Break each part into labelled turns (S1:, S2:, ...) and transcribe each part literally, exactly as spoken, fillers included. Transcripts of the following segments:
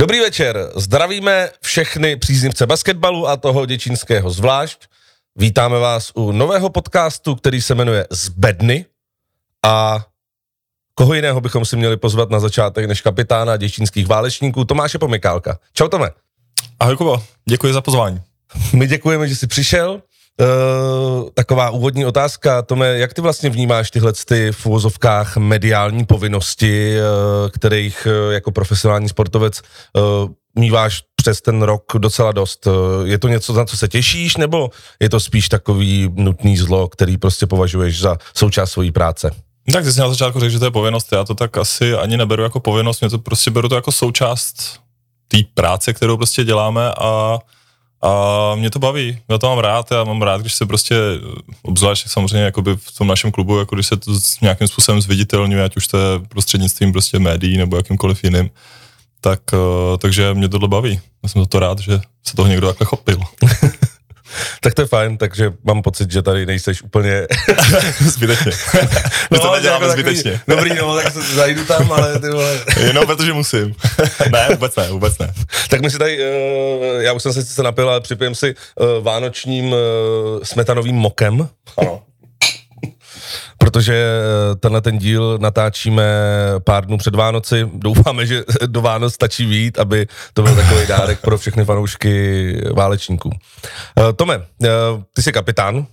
S1: Dobrý večer, zdravíme všechny příznivce basketbalu a toho děčínského zvlášť. Vítáme vás u nového podcastu, který se jmenuje Z bedny. A koho jiného bychom si měli pozvat na začátek než kapitána děčínských válečníků Tomáše Pomykálka. Čau Tome.
S2: Ahoj Kubo, děkuji za pozvání.
S1: My děkujeme, že jsi přišel. Uh, taková úvodní otázka, Tome, jak ty vlastně vnímáš tyhle ty v uvozovkách mediální povinnosti, uh, kterých uh, jako profesionální sportovec uh, míváš přes ten rok docela dost? Uh, je to něco, na co se těšíš, nebo je to spíš takový nutný zlo, který prostě považuješ za součást svojí práce?
S2: Tak ty jsi na začátku řekl, že to je povinnost, já to tak asi ani neberu jako povinnost, mě to prostě beru to jako součást té práce, kterou prostě děláme a A mě to baví, já to mám rád, já mám rád, když se prostě, obzvlášť samozřejmě jakoby v tom našem klubu, jako když se to nějakým způsobem zviditelňuje, ať už to je prostřednictvím prostě médií nebo jakýmkoliv jiným, tak, takže mě tohle baví. Já jsem za to rád, že se toho někdo takhle chopil.
S1: Tak to je fajn, takže mám pocit, že tady nejseš úplně...
S2: Zbytečně. My to neděláme zbytečně.
S1: Dobrý, no, tak se zajdu tam, ale ty vole...
S2: Jenom protože musím. Ne, vůbec ne, vůbec ne.
S1: Tak my si tady, uh, já už jsem se sice napil, ale připijem si uh, vánočním uh, smetanovým mokem.
S2: Ano.
S1: Protože tenhle ten díl natáčíme pár dnů před Vánoci. Doufáme, že do Vánoc stačí vyjít, aby to byl takový dárek pro všechny fanoušky válečníků. Uh, Tome, uh, ty jsi kapitán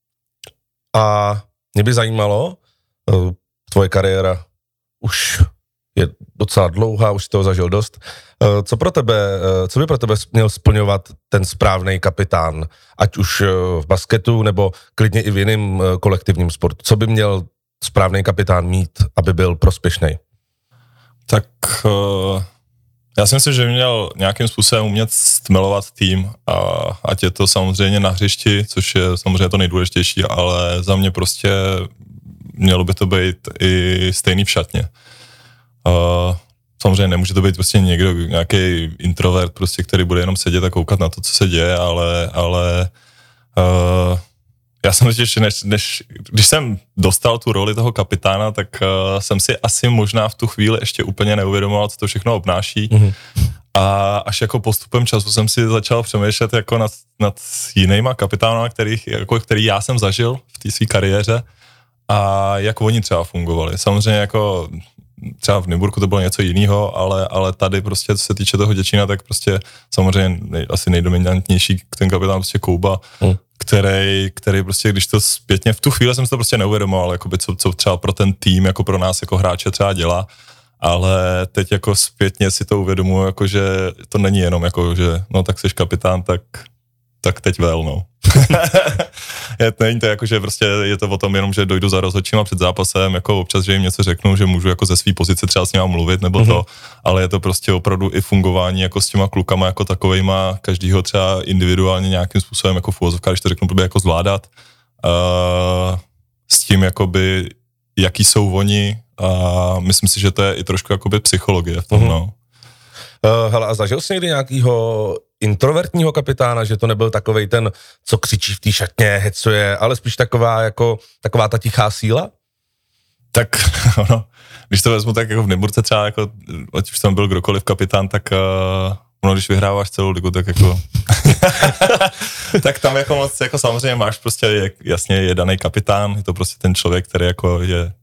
S1: a mě by zajímalo, uh, tvoje kariéra už je docela dlouhá, už jsi toho zažil dost. Uh, co pro tebe, uh, co by pro tebe měl splňovat ten správný kapitán, ať už uh, v basketu, nebo klidně i v jiném uh, kolektivním sportu? Co by měl správný kapitán mít, aby byl prospěšný?
S2: Tak uh, já si myslím, že by měl nějakým způsobem umět stmelovat tým, a ať je to samozřejmě na hřišti, což je samozřejmě to nejdůležitější, ale za mě prostě mělo by to být i stejný v šatně. Uh, samozřejmě nemůže to být prostě někdo, nějaký introvert, prostě, který bude jenom sedět a koukat na to, co se děje, ale, ale uh, já jsem ještě, než, než, když jsem dostal tu roli toho kapitána, tak uh, jsem si asi možná v tu chvíli ještě úplně neuvědomoval, co to všechno obnáší. Mm-hmm. A až jako postupem času jsem si začal přemýšlet jako nad, nad jinýma kapitánama, kterých, jako, který já jsem zažil v té své kariéře a jak oni třeba fungovali. Samozřejmě jako třeba v Nymburku to bylo něco jiného, ale, ale tady prostě, co se týče toho Děčína, tak prostě samozřejmě nej, asi nejdominantnější ten kapitán prostě Kouba, mm. který, který prostě, když to zpětně, v tu chvíli jsem si to prostě neuvědomoval, jakoby co, co třeba pro ten tým, jako pro nás, jako hráče třeba dělá, ale teď jako zpětně si to uvědomuji, jako že to není jenom jako, že no tak jsi kapitán, tak, tak teď vel, no. je, není to jako, že prostě je to o tom jenom, že dojdu za rozhodčíma před zápasem, jako občas, že jim něco řeknu, že můžu jako ze své pozice třeba s nima mluvit nebo mm-hmm. to, ale je to prostě opravdu i fungování jako s těma klukama jako takovejma, každýho třeba individuálně nějakým způsobem jako v uvozovkách, když to řeknu, blbě jako zvládat, uh, s tím jakoby, jaký jsou oni a myslím si, že to je i trošku jakoby psychologie v tom, mm-hmm. no.
S1: Uh, hele, a zažil jsi někdy nějakýho introvertního kapitána, že to nebyl takovej ten, co křičí v té šatně, hecuje, ale spíš taková jako, taková ta tichá síla?
S2: Tak ono, když to vezmu tak jako v Nymburce třeba, jako, ať už tam byl kdokoliv kapitán, tak uh, ono, když vyhráváš celou ligu, tak jako tak tam jako moc, jako samozřejmě máš prostě, je, jasně je daný kapitán, je to prostě ten člověk, který jako je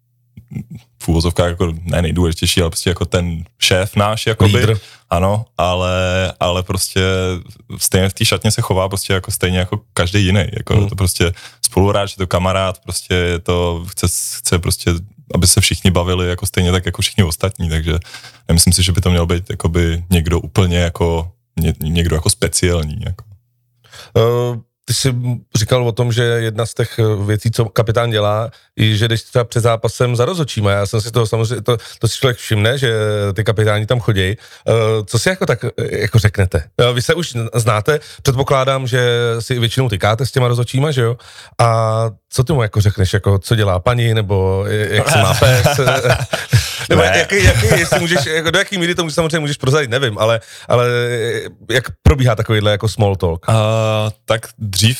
S2: v úvozovkách jako ne nejdůležitější, ale prostě jako ten šéf náš, jakoby. Lídr. Ano, ale, ale prostě stejně v té šatně se chová prostě jako stejně jako každý jiný, jako hmm. to prostě spoluhráč, je to kamarád, prostě je to, chce, chce prostě, aby se všichni bavili jako stejně tak jako všichni ostatní, takže nemyslím si, že by to měl být jakoby někdo úplně jako, ně, někdo jako speciální, jako.
S1: Uh... Ty jsi říkal o tom, že jedna z těch věcí, co kapitán dělá, je, že jdeš třeba před zápasem za rozhodčíma. Já jsem si toho samozřejmě, to, to si člověk všimne, že ty kapitáni tam chodí. Co si jako tak jako řeknete? Vy se už znáte, předpokládám, že si většinou tykáte s těma rozhodčíma, že jo? A co ty mu jako řekneš, jako co dělá paní, nebo jak se má pes? Nebo jaký, jaký, jestli můžeš, jako do jaký míry to můžeš, samozřejmě můžeš prozradit, nevím, ale, ale jak probíhá takovýhle jako small talk?
S2: Uh, tak dřív,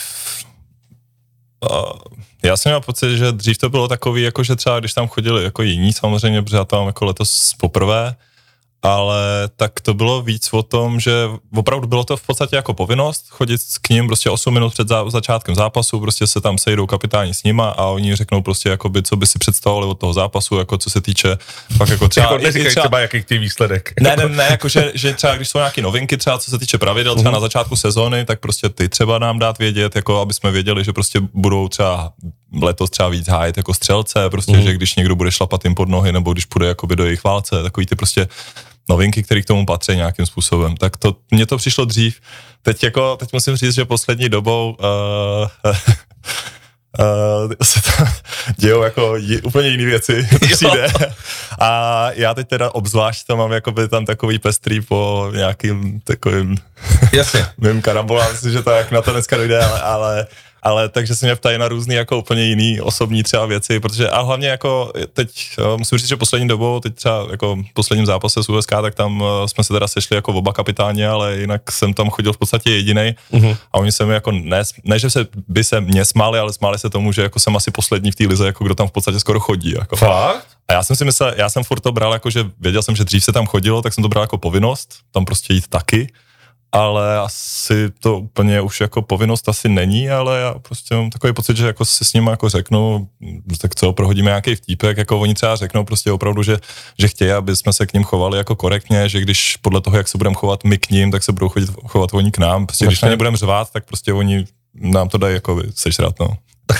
S2: uh, já jsem měl pocit, že dřív to bylo takový, jako že třeba když tam chodili jako jiní samozřejmě, protože já tam jako letos poprvé ale tak to bylo víc o tom, že opravdu bylo to v podstatě jako povinnost chodit k ním prostě osm minut před zá, začátkem zápasu, prostě se tam sejdou kapitáni s nima a oni řeknou prostě jakoby, co by si představovali od toho zápasu, jako co se týče pak jako třeba...
S1: jako neříkají třeba, třeba jaký chtějí výsledek.
S2: Ne, ne, ne, jako že, že třeba když jsou nějaké novinky třeba co se týče pravidel, třeba mm. na začátku sezóny, tak prostě ty třeba nám dát vědět, jako aby jsme věděli, že prostě budou třeba letos třeba víc hájit jako střelce, prostě, mm. že když někdo bude šlapat jim pod nohy, nebo když půjde jakoby do jejich válce, takový ty prostě novinky, které k tomu patří nějakým způsobem. Tak to, mně to přišlo dřív. Teď jako, teď musím říct, že poslední dobou uh, uh, se tam dějou jako j, úplně jiné věci, přijde. A já teď teda obzvlášť to mám jakoby tam takový pestrý po nějakým takovým
S1: Jasně.
S2: mým karambolám, myslím, že to jak na to dneska dojde, ale, ale ale takže se mě ptají na různý jako úplně jiný osobní třeba věci, protože a hlavně jako teď musím říct, že poslední dobou, teď třeba jako v posledním zápase s U S K, tak tam jsme se teda sešli jako oba kapitáni, ale jinak jsem tam chodil v podstatě jedinej uh-huh. a oni se mi jako ne, ne, že se, by se mě smáli, ale smáli se tomu, že jako jsem asi poslední v té lize, jako kdo tam v podstatě skoro chodí. Jako.
S1: Fakt?
S2: A já jsem si myslel, já jsem furt to bral jako, že věděl jsem, že dřív se tam chodilo, tak jsem to bral jako povinnost, tam prostě jít taky. Ale asi to úplně už jako povinnost asi není, ale já prostě mám takový pocit, že jako si s nimi jako řeknu, tak co, prohodíme nějaký vtípek, jako oni třeba řeknou prostě opravdu, že, že chtějí, aby jsme se k ním chovali jako korektně, že když podle toho, jak se budeme chovat my k ním, tak se budou chodit, chovat oni k nám, prostě když na ně budeme řvát, tak prostě oni nám to dají jako sešrat, no.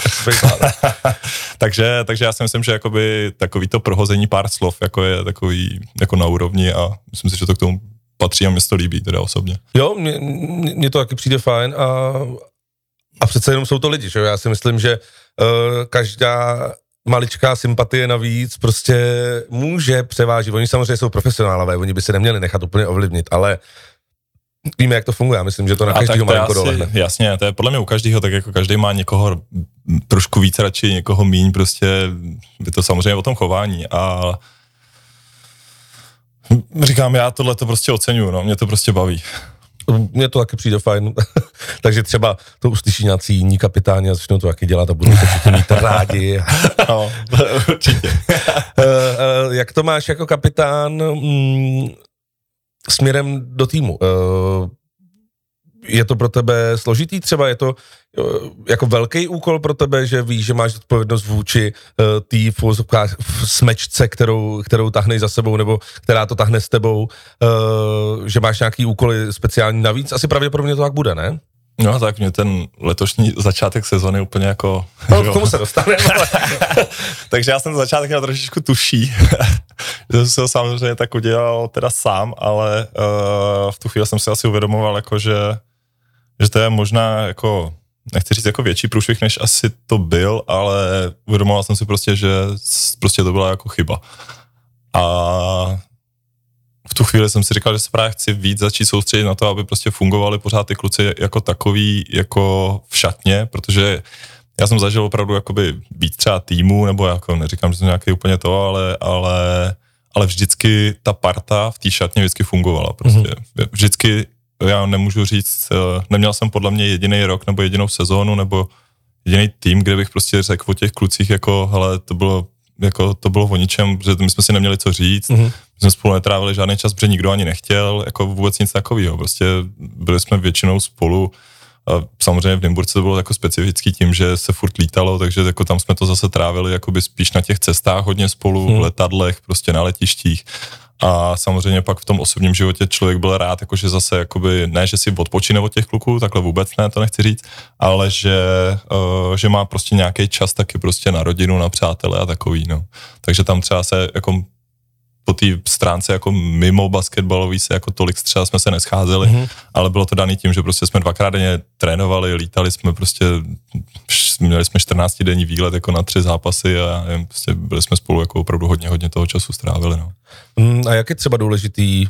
S2: takže, takže já si myslím, že jakoby takový to prohození pár slov jako je takový jako na úrovni a myslím si, že to k tomu patří a mě to líbí teda osobně.
S1: Jo, mně, mně to taky přijde fajn a, a přece jenom jsou to lidi, že jo? Já si myslím, že uh, každá maličká sympatie navíc prostě může převážit. Oni samozřejmě jsou profesionálové, oni by se neměli nechat úplně ovlivnit, ale víme, jak to funguje. Já myslím, že to na každého malinko dolehne.
S2: Jasně, to je podle mě u každého, tak jako každý má někoho trošku víc radši, někoho míň, prostě je to samozřejmě o tom chování a říkám, já tohle to prostě oceňuju, no, mě to prostě baví.
S1: Mně to taky přijde fajn, takže třeba to uslyší nějací jiní kapitáni a začnou to taky dělat a budou se všichni mít rádi.
S2: No, určitě.
S1: Jak to máš jako kapitán mm, směrem do týmu? Je to pro tebe složitý třeba? Je to jako velký úkol pro tebe, že víš, že máš odpovědnost vůči tý smečce, kterou, kterou tahneš za sebou, nebo která to tahne s tebou, že máš nějaký úkoly speciální navíc? Asi pravděpodobně to tak bude, ne?
S2: No tak mě ten letošní začátek sezony úplně jako...
S1: No, k tomu se dostaneme.
S2: Takže já jsem ten začátek měl trošičku tuší, že jsem se samozřejmě tak udělal teda sám, ale uh, v tu chvíli jsem si asi uvědomoval, jako že, že to je možná jako, nechci říct jako větší průšvih, než asi to byl, ale uvědomoval jsem si prostě, že prostě to byla jako chyba. A v tu chvíli jsem si říkal, že se právě chci víc začít soustředit na to, aby prostě fungovali pořád ty kluci jako takový, jako v šatně, protože já jsem zažil opravdu jakoby být třeba týmu, nebo jako neříkám, že jsem nějaký úplně to, ale, ale, ale vždycky ta parta v té šatně vždycky fungovala prostě. Mm-hmm. Vždycky, já nemůžu říct, neměl jsem podle mě jediný rok nebo jedinou sezónu nebo jediný tým, kde bych prostě řekl o těch klucích jako, hele, to bylo jako to bylo o ničem, že my jsme si neměli co říct, mm-hmm. my jsme spolu netrávili žádný čas, protože nikdo ani nechtěl, jako vůbec nic takového, prostě byli jsme většinou spolu, a samozřejmě v Nymburce to bylo jako specifický tím, že se furt lítalo, takže jako tam jsme to zase trávili jakoby spíš na těch cestách hodně spolu, mm. v letadlech, prostě na letištích. A samozřejmě pak v tom osobním životě člověk byl rád, jakože zase jakoby, ne, že si odpočine od těch kluků, takhle vůbec ne, to nechci říct, ale že, uh, že má prostě nějaký čas taky prostě na rodinu, na přátele a takový, no. Takže tam třeba se jako po té stránce jako mimo basketbalový se jako tolik třeba jsme se nescházeli, mm-hmm. ale bylo to daný tím, že prostě jsme dvakrát denně trénovali, lítali jsme prostě, měli jsme čtrnáctidenní výlet jako na tři zápasy a nevím, prostě byli jsme spolu jako opravdu hodně, hodně toho času strávili, no.
S1: Mm, a jak je třeba důležitý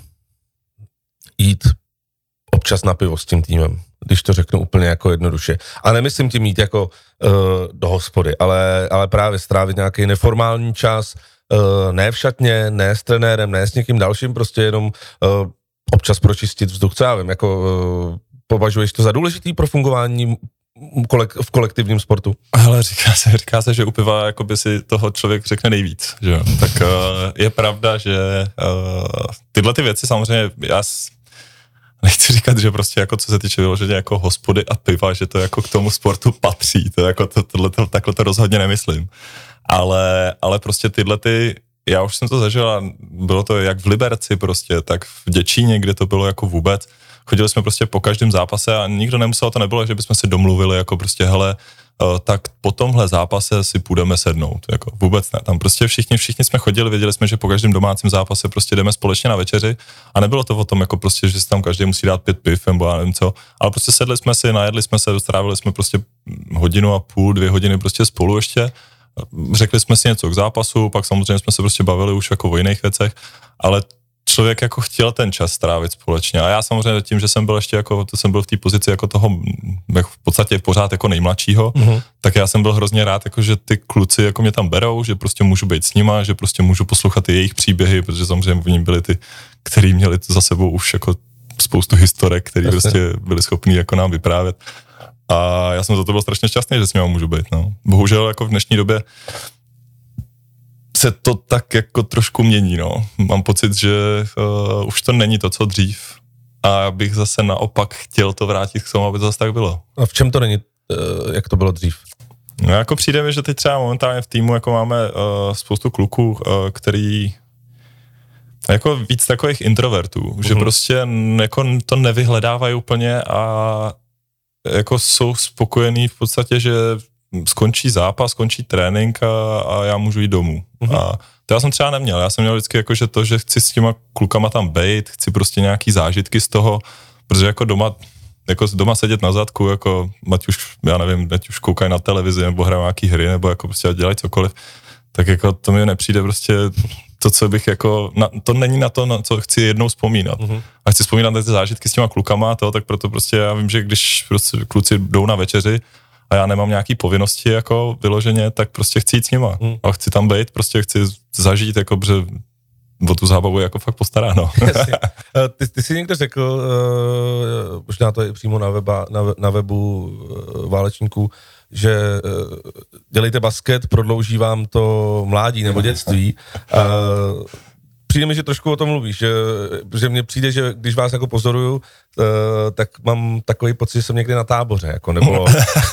S1: jít občas na pivo s tím týmem, když to řeknu úplně jako jednoduše. A nemyslím tím jít jako uh, do hospody, ale, ale právě strávit nějaký neformální čas, uh, ne v šatně, ne s trenérem, ne s někým dalším, prostě jenom uh, občas pročistit vzduch, co já vím, jako uh, považuješ to za důležitý pro fungování v kolektivním sportu?
S2: Ale říká se, říká se, že u piva jakoby si toho člověk řekne nejvíc, že jo. Tak uh, je pravda, že uh, tyhle ty věci samozřejmě, já nechci říkat, že prostě jako co se týče vyloženě jako hospody a piva, že to jako k tomu sportu patří, to jako to, tohleto, takhle to rozhodně nemyslím. Ale, ale prostě tyhle ty, já už jsem to zažil a bylo to jak v Liberci prostě, tak v Děčíně, kde to bylo jako vůbec. Chodili jsme prostě po každém zápase a nikdo nemusel, to nebylo, že bychom se domluvili jako prostě hele, tak po tomhle zápase si půjdeme sednout, jako vůbec ne. Tam prostě všichni, všichni jsme chodili, věděli jsme, že po každém domácím zápase prostě jdeme společně na večeři a nebylo to o tom jako prostě, že si tam každý musí dát pět piv nebo já nevím co, ale prostě sedli jsme si, najedli jsme se, strávili jsme prostě hodinu a půl, dvě hodiny prostě spolu ještě, řekli jsme si něco k zápasu, pak samozřejmě jsme se prostě bavili už jako o jiných věcech, ale člověk jako chtěl ten čas strávit společně a já samozřejmě tím, že jsem byl ještě jako, to jsem byl v té pozici jako toho, jako v podstatě pořád jako nejmladšího, mm-hmm. tak já jsem byl hrozně rád, jako že ty kluci jako mě tam berou, že prostě můžu být s nima, že prostě můžu poslouchat i jejich příběhy, protože samozřejmě v ní byli ty, který měli za sebou už jako spoustu historek, který Jasně. prostě byli schopní jako nám vyprávět. A já jsem za to byl strašně šťastný, že s nimi můžu být, no. Bohužel jako v dnešní době se to tak jako trošku mění, no. Mám pocit, že uh, už to není to, co dřív. A bych zase naopak chtěl to vrátit k tomu, aby to zase tak bylo.
S1: A v čem to není, uh, jak to bylo dřív?
S2: No jako přijde mi, že teď třeba momentálně v týmu jako máme uh, spoustu kluků, uh, který jako víc takových introvertů, uh-huh. že prostě jako to nevyhledávají úplně a jako jsou spokojení v podstatě, že skončí zápas, skončí trénink a, a já můžu jít domů. Uh-huh. A to já jsem třeba neměl. Já jsem měl vždycky jako, že to, že chci s těma klukama tam bejt, chci prostě nějaký zážitky z toho, protože jako doma, jako doma sedět na zadku, jako ať už, já nevím, ať už koukají na televizi, nebo hrají nějaký hry, nebo jako prostě dělají cokoliv, tak jako to mi nepřijde prostě to, co bych jako, na, to není na to, na co chci jednou vzpomínat. Uh-huh. A chci vzpomínat na ty zážitky s těma klukama a to, tak proto prostě já vím, že když prostě kluci jdou na večeři, a já nemám nějaký povinnosti jako vyloženě, tak prostě chci jít s nima. Hmm. A chci tam být, prostě chci zažít, jako, že o tu zábavu jako fakt postaráno.
S1: ty, ty jsi někde řekl, uh, možná to je přímo na, weba, na, na webu uh, Válečníků, že uh, dělejte basket, prodlouží vám to mládí nebo dětství. Uh, Přijde mi, že trošku o tom mluvíš, že, že mně přijde, že když vás jako pozoruju, uh, tak mám takový pocit, že jsem někdy na táboře, jako, nebo,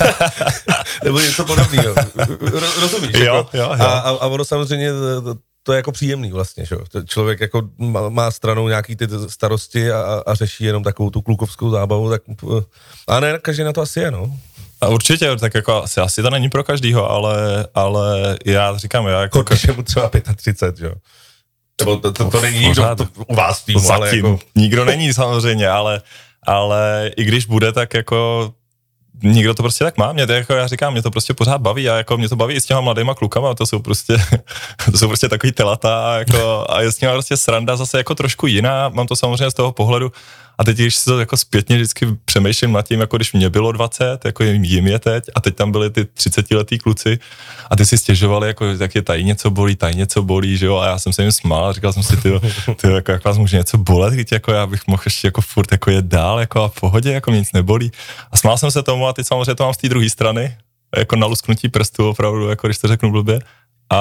S1: nebo něco podobného. Rozumíš?
S2: Jo,
S1: jako?
S2: jo, jo.
S1: A, a, a ono samozřejmě to je jako příjemný vlastně, že? Člověk jako má, má stranou nějaký ty starosti a, a řeší jenom takovou tu klukovskou zábavu, tak, a ne, každý na to asi je, no.
S2: A určitě, tak jako asi, asi to není pro každýho, ale, ale já říkám, já jako...
S1: Když je mu třeba třicet pět, že jo? To, to, to, to není nikdo to, u vás týmu,
S2: zatím,
S1: ale jako...
S2: nikdo není samozřejmě, ale, ale i když bude, tak jako nikdo to prostě tak má. Mě to jako já říkám, mě to prostě pořád baví a jako mě to baví i s těma mladýma klukama, to jsou prostě, to jsou prostě takový telata a, jako, a je s nima prostě sranda zase jako trošku jiná, mám to samozřejmě z toho pohledu. A teď, když si to jako zpětně vždycky přemýšlím nad tím, jako když mě bylo dvacet, jako jim je teď, a teď tam byli ty třicetiletí kluci a ty si stěžovali, jako, jak je tady něco bolí, tady něco bolí, že jo, a já jsem se jim smál a říkal jsem si, ty, ty jako, jak vás může něco bolet, teď, jako já bych mohl ještě jako furt jako jet dál, jako a v pohodě, jako mě nic nebolí. A smál jsem se tomu a teď samozřejmě to mám z té druhé strany, jako na lusknutí prstu opravdu, jako když to řeknu blbě. A,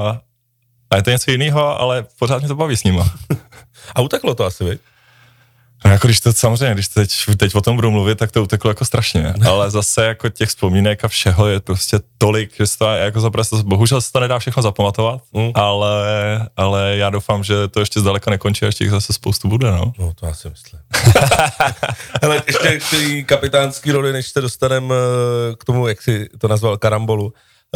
S2: a je to něco jiného, ale pořád mě to baví s nima.
S1: A uteklo to asi, viď?
S2: No jako když to samozřejmě, když teď, teď o tom budu mluvit, tak to uteklo jako strašně, ale zase jako těch vzpomínek a všeho je prostě tolik, že se to jako zapravo, bohužel se to nedá všechno zapamatovat, mm. ale, ale já doufám, že to ještě zdaleka nekončí a ještě jich zase spoustu bude, no.
S1: No to já si myslím. Hele, ještě k té kapitánský roli, než se dostanem k tomu, jak si to nazval, karambolu,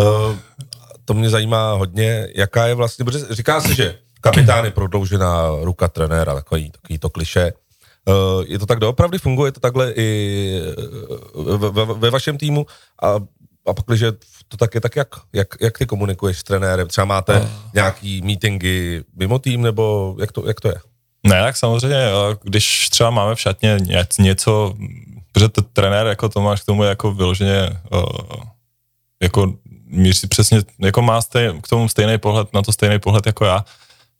S1: to mě zajímá hodně, jaká je vlastně, protože říká se, že kapitán je prodloužená ruka trenéra, takový, takový to klišé. Uh, je to tak doopravdy, funguje to takhle i ve, ve, ve vašem týmu a, a pak, že to tak je, tak jak, jak, jak ty komunikuješ s trenérem? Třeba máte uh. nějaký meetingy mimo tým, nebo jak to, jak to je?
S2: Ne, tak samozřejmě, když třeba máme v šatně něco, protože ten trenér jako Tomáš k tomu jako vyloženě uh, jako míří přesně, jako má stej, k tomu stejný pohled, na to stejný pohled jako já,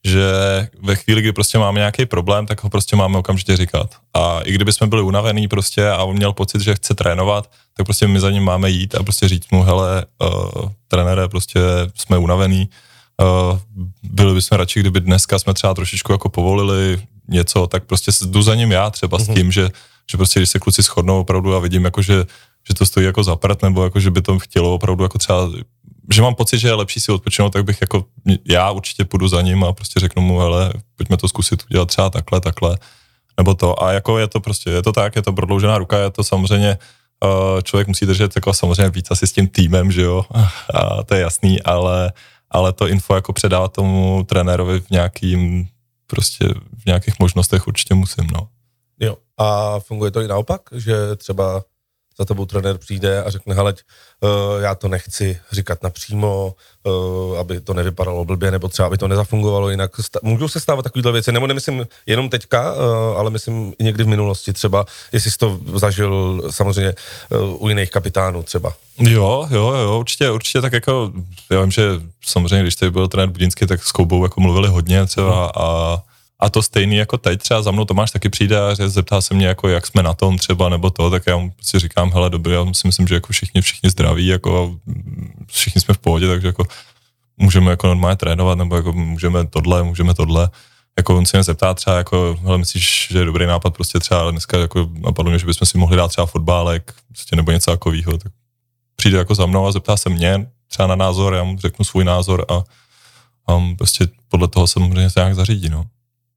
S2: že ve chvíli, kdy prostě máme nějaký problém, tak ho prostě máme okamžitě říkat. A i kdyby jsme byli unavení prostě a on měl pocit, že chce trénovat, tak prostě my za ním máme jít a prostě říct mu, hele, uh, trenére, prostě jsme unavený, uh, byli bychom radši, kdyby dneska jsme třeba trošičku jako povolili něco, tak prostě jdu za ním já třeba mm-hmm. s tím, že, že prostě když se kluci shodnou opravdu a vidím jako, že, že to stojí jako za prd, nebo jako, že by to chtělo opravdu jako třeba, že mám pocit, že je lepší si odpočinout, tak bych jako, já určitě půjdu za ním a prostě řeknu mu, hele, pojďme to zkusit udělat třeba takhle, takhle, nebo to. A jako je to prostě, je to tak, je to prodloužená ruka, je to samozřejmě, uh, člověk musí držet jako samozřejmě víc asi s tím týmem, že jo, a to je jasný, ale, ale to info jako předávat tomu trenérovi v nějakým, prostě v nějakých možnostech určitě musím, no.
S1: Jo, a funguje to i naopak, že třeba za tebou trenér přijde a řekne, hele, uh, já to nechci říkat napřímo, uh, aby to nevypadalo blbě, nebo třeba aby to nezafungovalo jinak. Můžou se stávat takovýhle věci, nebo nemyslím jenom teďka, uh, ale myslím i někdy v minulosti třeba, jestli jsi to zažil samozřejmě uh, u jiných kapitánů třeba.
S2: Jo, jo, jo, určitě, určitě tak jako, já vím, že samozřejmě, když tady byl trenér Budínský, tak s Koubou jako mluvili hodně třeba a A to stejný jako teď, třeba za mnou Tomáš taky přijde a zeptá se mě, jako jak jsme na tom třeba, nebo to, tak já mu si říkám, hele, dobrý, já si myslím, že jako všichni, všichni zdraví, jako všichni jsme v pohodě, takže jako můžeme jako normálně trénovat, nebo jako můžeme tohle, můžeme tohle. Jako on se mě zeptá třeba, jako, hele, myslíš, že je dobrý nápad, prostě třeba dneska jako napadlo mě, že bychom si mohli dát třeba fotbálek, prostě, nebo něco takového, tak přijde jako za mnou a zeptá se mě třeba na názor, já mu řeknu svůj názor a, a prostě podle toho samozřejmě se nějak zařídí, no.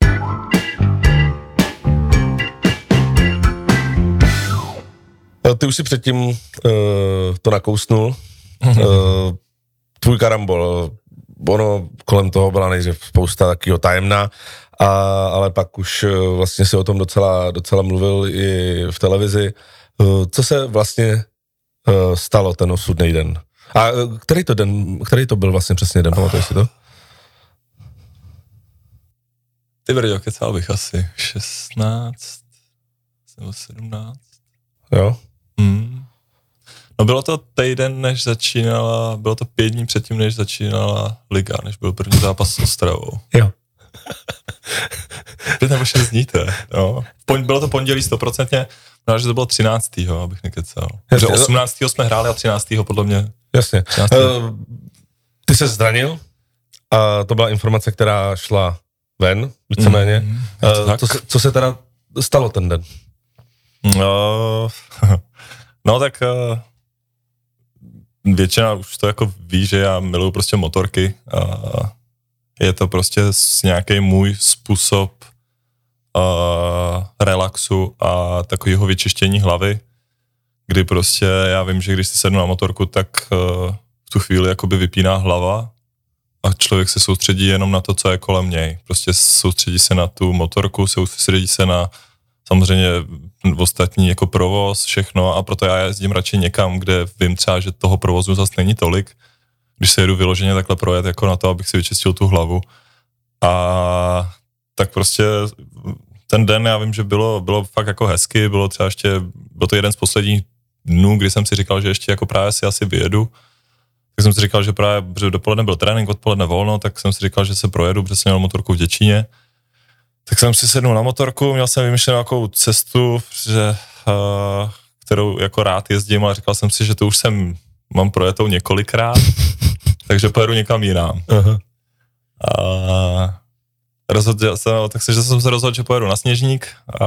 S1: Ty už si předtím uh, to nakousnul, uh, tvůj karambol, ono kolem toho byla nejdřív spousta takového tajemná, a, ale pak už uh, vlastně si o tom docela, docela mluvil i v televizi. Uh, co se vlastně uh, stalo ten osudný den? A uh, který to den, který to byl vlastně přesně den, pamatuješ si to?
S2: Ty brďo, kecal bych asi šestnáct nebo sedmnáct.
S1: Jo?
S2: Hmm. No bylo to týden, než začínala, bylo to pět dní předtím, než začínala liga, než byl první zápas s Ostravou.
S1: Jo.
S2: Pět nebo šest dní to je, no. Bylo to pondělí stoprocentně, no, že to bylo třináctého abych nekecal. Že osmnáctého jsme hráli a třináctého podle mě.
S1: Jasně. Uh, ty se zranil a to byla informace, která šla ven, víceméně. Mm, uh, co, co se teda stalo ten den?
S2: No, no tak uh, většina už to jako ví, že já miluju prostě motorky a je to prostě nějaký můj způsob uh, relaxu a takového vyčištění hlavy, kdy prostě já vím, že když si sednu na motorku, tak uh, v tu chvíli jakoby vypíná hlava a člověk se soustředí jenom na to, co je kolem něj. Prostě soustředí se na tu motorku, soustředí se na samozřejmě ostatní jako provoz, všechno a proto já jezdím radši někam, kde vím třeba, že toho provozu zase není tolik, když se jedu vyloženě takhle projet jako na to, abych si vyčistil tu hlavu. A tak prostě ten den já vím, že bylo, bylo fakt jako hezky, bylo třeba ještě, byl to jeden z posledních dnů, kdy jsem si říkal, že ještě jako právě si asi vyjedu. Tak jsem si říkal, že právě, protože dopoledne byl trénink, odpoledne volno, tak jsem si říkal, že se projedu, protože jsem měl motorku v Děčíně. Tak jsem si sednul na motorku, měl jsem vymyšlenou nějakou cestu, že, uh, kterou jako rád jezdím, ale říkal jsem si, že to už jsem, mám projetou několikrát, takže pojedu někam jinam. Uh-huh. A rozhodl jsem, takže jsem se rozhodl, že pojedu na Sněžník a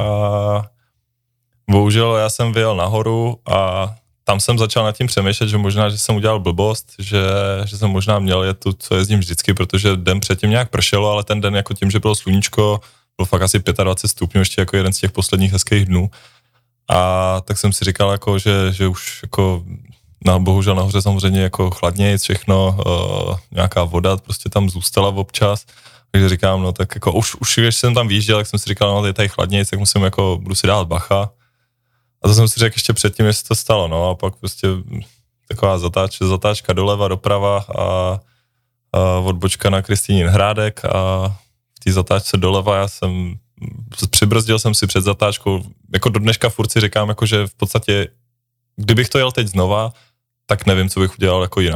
S2: bohužel já jsem vyjel nahoru a tam jsem začal nad tím přemýšlet, že možná, že jsem udělal blbost, že, že jsem možná měl jet tu, co jezdím vždycky, protože den předtím nějak pršelo, ale ten den jako tím, že bylo sluníčko, bylo fakt asi dvacet pět stupňů, ještě jako jeden z těch posledních hezkých dnů. A tak jsem si říkal, jako, že, že už jako, no, bohužel nahoře samozřejmě jako chladnějc, všechno, uh, nějaká voda prostě tam zůstala občas. Takže říkám, no tak jako už, už když jsem tam výjížděl, tak jsem si říkal, no je tady chladnějc, tak musím jako, budu si dát bacha. A to jsem si řekl ještě předtím, jestli to stalo, no a pak prostě taková zatáč, zatáčka doleva, doprava a, a odbočka na Kristýnin Hrádek a v té zatáčce doleva já jsem, přibrzdil jsem si před zatáčkou, jako do dneška furt si říkám, jako že v podstatě, kdybych to jel teď znova, tak nevím, co bych udělal jako jinak.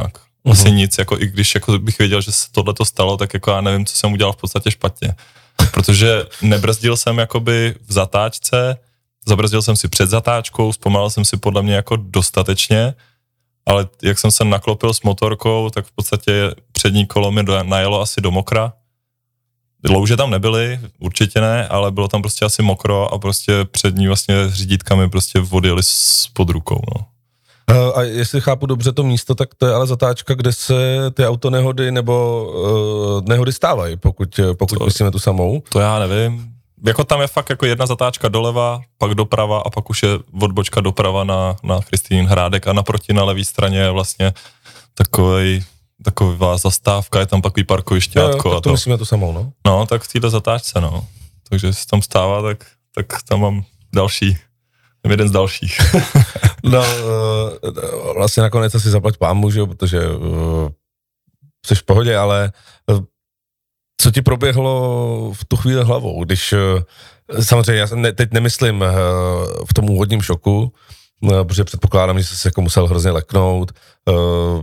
S2: Uh-huh. Asi nic, jako i když jako bych věděl, že se tohle to stalo, tak jako já nevím, co jsem udělal v podstatě špatně. Protože nebrzdil jsem jakoby v zatáčce, zabrzdil jsem si před zatáčkou, zpomalil jsem si podle mě jako dostatečně, ale jak jsem se naklopil s motorkou, tak v podstatě přední kolo mi najelo asi do mokra. Louže tam nebyly, určitě ne, ale bylo tam prostě asi mokro a prostě přední vlastně řídítkami prostě odjeli pod rukou, no.
S1: A jestli chápu dobře to místo, tak to je ale zatáčka, kde se ty autonehody nebo uh, nehody stávají, pokud, pokud to, myslíme tu samou.
S2: To já nevím. Jako tam je fakt jako jedna zatáčka doleva, pak doprava a pak už je odbočka doprava na, na Kristýnin Hrádek a naproti na levé straně je vlastně takovej, taková zastávka, je tam takový parkovišťátko.
S1: Jo, tak to, to myslíme tu samou, no.
S2: No, tak v této zatáčce, no. Takže jestli tam stává, tak, tak tam mám další. Jeden z dalších.
S1: No, vlastně nakonec asi zaplať pámu, že jo, protože uh, jsi v pohodě, ale uh, co ti proběhlo v tu chvíli hlavou, když uh, samozřejmě já ne, teď nemyslím uh, v tom úvodním šoku, uh, protože předpokládám, že jsi jako musel hrozně leknout. Uh,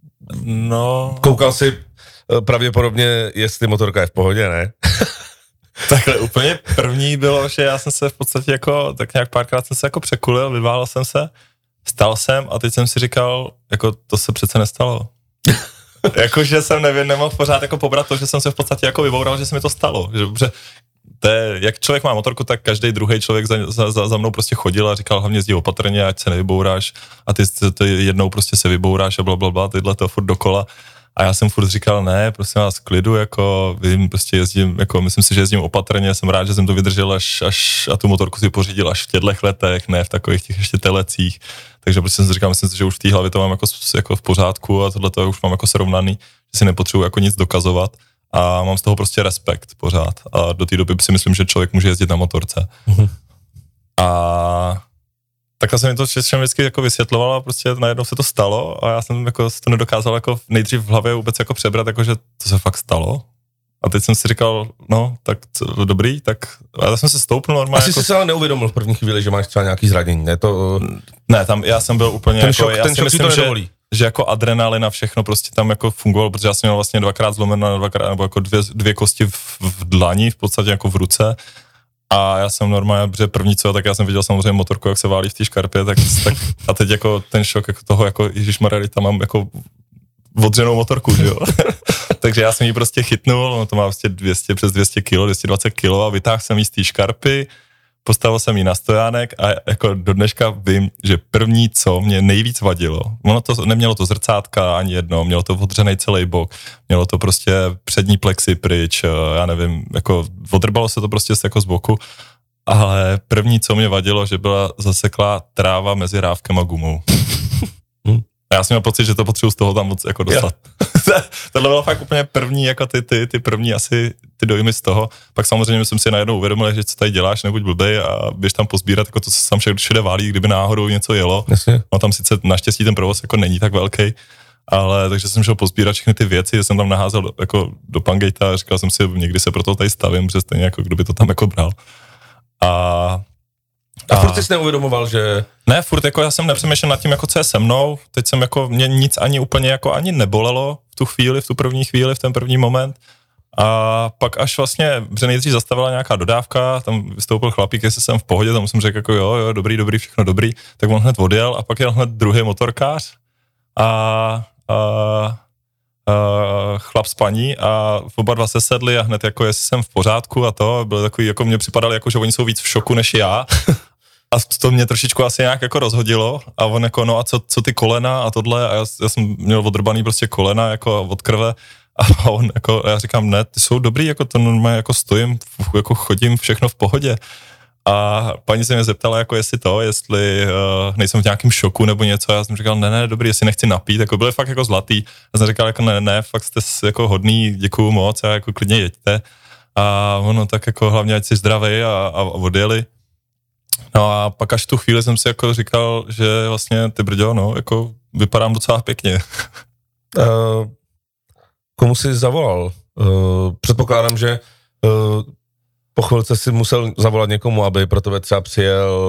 S2: no.
S1: Koukal jsi uh, pravděpodobně, jestli motorka je v pohodě, ne?
S2: Takhle úplně první bylo, že já jsem se v podstatě jako, tak nějak párkrát jsem se jako překulil, vyválel jsem se, stal jsem a teď jsem si říkal, jako to se přece nestalo. Jakože jsem nevím, nemohl pořád jako pobrat to, že jsem se v podstatě jako vyboural, že se mi to stalo. Že, že to je, jak člověk má motorku, tak každý druhý člověk za, za, za mnou prostě chodil a říkal, hlavně jezdí opatrně, ať se nevybouráš a ty, ty jednou prostě se vybouráš a blablabla, tyhle to furt dokola. A já jsem furt říkal, ne, prosím vás, klidu, jako vím, prostě jezdím, jako myslím si, že jezdím opatrně, jsem rád, že jsem to vydržel až, až a tu motorku si pořídil až v těchto letech, ne v takových těch ještě telecích. Takže prostě jsem si říkal, myslím si, že už v té hlavě to mám jako, jako v pořádku a tohle to už mám jako srovnaný, že si nepotřebuji jako nic dokazovat a mám z toho prostě respekt pořád. A do té doby si myslím, že člověk může jezdit na motorce. Mm-hmm. A takhle jsem mi to všem vždycky jako vysvětloval a prostě najednou se to stalo a já jsem jako to nedokázal jako nejdřív v hlavě vůbec jako přebrat, jako že to se fakt stalo. A teď jsem si říkal, no, tak co, dobrý, tak a já jsem se stoupnul normálně.
S1: Asi
S2: jako...
S1: jsi se ale neuvědomil v první chvíli, že máš třeba nějaký zranění, ne? To...
S2: Ne, tam já jsem byl úplně
S1: ten
S2: jako,
S1: šok,
S2: já
S1: ten
S2: si myslím, že, že jako adrenalin a všechno prostě tam jako fungovalo, protože já jsem měl vlastně dvakrát zlomeno, dvakrát, nebo jako dvě, dvě kosti v, v dlani, v podstatě jako v ruce. A já jsem normálně, protože první co, tak já jsem viděl samozřejmě motorku, jak se válí v té škarpě, tak, tak a teď jako ten šok jako toho, jako ježišmarja, tam mám jako odřenou motorku, že jo. Takže já jsem ji prostě chytnul, no to má vlastně dvě stě, přes dvě stě kilo, dvě stě dvacet kilo a vytáhl jsem ji z té škarpy, postavil jsem ji na stojánek a jako do dneška vím, že první, co mě nejvíc vadilo, ono to, nemělo to zrcátka ani jedno, mělo to odřenej celý bok, mělo to prostě přední plexy pryč, já nevím, jako odrbalo se to prostě jako z boku, ale první, co mě vadilo, že byla zaseklá tráva mezi rávkem a gumou. A já jsem měl pocit, že to potřebuji z toho tam moc jako dostat. Tohle bylo fakt úplně první, jako ty, ty, ty první asi ty dojmy z toho. Pak samozřejmě jsem si najednou uvědomil, že co tady děláš, nebuď blbej a běž tam pozbírat, jako to se tam všude válí, kdyby náhodou něco jelo.
S1: Jasně.
S2: No tam sice naštěstí ten provoz jako není tak velký, ale takže jsem šel pozbírat všechny ty věci, že jsem tam naházel do, jako do Pangejta a říkal jsem si, někdy se pro to tady stavím, protože stejně jako kdo by to tam jako bral. A
S1: A furt jsi neuvědomoval, že...
S2: Ne, furt jako já jsem nepřemýšlel nad tím, jako co je se mnou, teď jsem jako, mě nic ani úplně jako ani nebolelo v tu chvíli, v tu první chvíli, v ten první moment a pak až vlastně, že nejdřív zastavila nějaká dodávka, tam vystoupil chlapík, jestli jsem v pohodě, tam jsem řekl jako jo, jo, dobrý, dobrý, všechno dobrý, tak on hned odjel a pak jel hned druhý motorkář a, a, a chlap s paní a oba dva se sedli a hned jako jestli jsem v pořádku a to, bylo takový, jako mě připadali jako, že oni jsou víc v šoku než já. A to mě trošičku asi nějak jako rozhodilo a on jako, no a co, co ty kolena a tohle a já, já jsem měl odrbaný prostě kolena jako od krve a on jako, a já říkám, ne, ty jsou dobrý, jako to normálně jako stojím, jako chodím, všechno v pohodě. A paní se mě zeptala, jako jestli to, jestli uh, nejsem v nějakém šoku nebo něco, a já jsem říkal, ne, ne, dobrý, jestli nechci napít, jako byly fakt jako zlatý. Já jsem říkal, jako ne, ne, fakt jste jako hodný, děkuju moc a jako klidně jeďte. A ono tak jako hlavně, ať jsi zdravý a, a odjeli. No a pak až tu chvíli jsem si jako říkal, že vlastně ty brďo, no, jako vypadám docela pěkně.
S1: Uh, komu jsi zavolal? Uh, předpokládám, že uh, po chvilce si musel zavolat někomu, aby pro tebe třeba přijel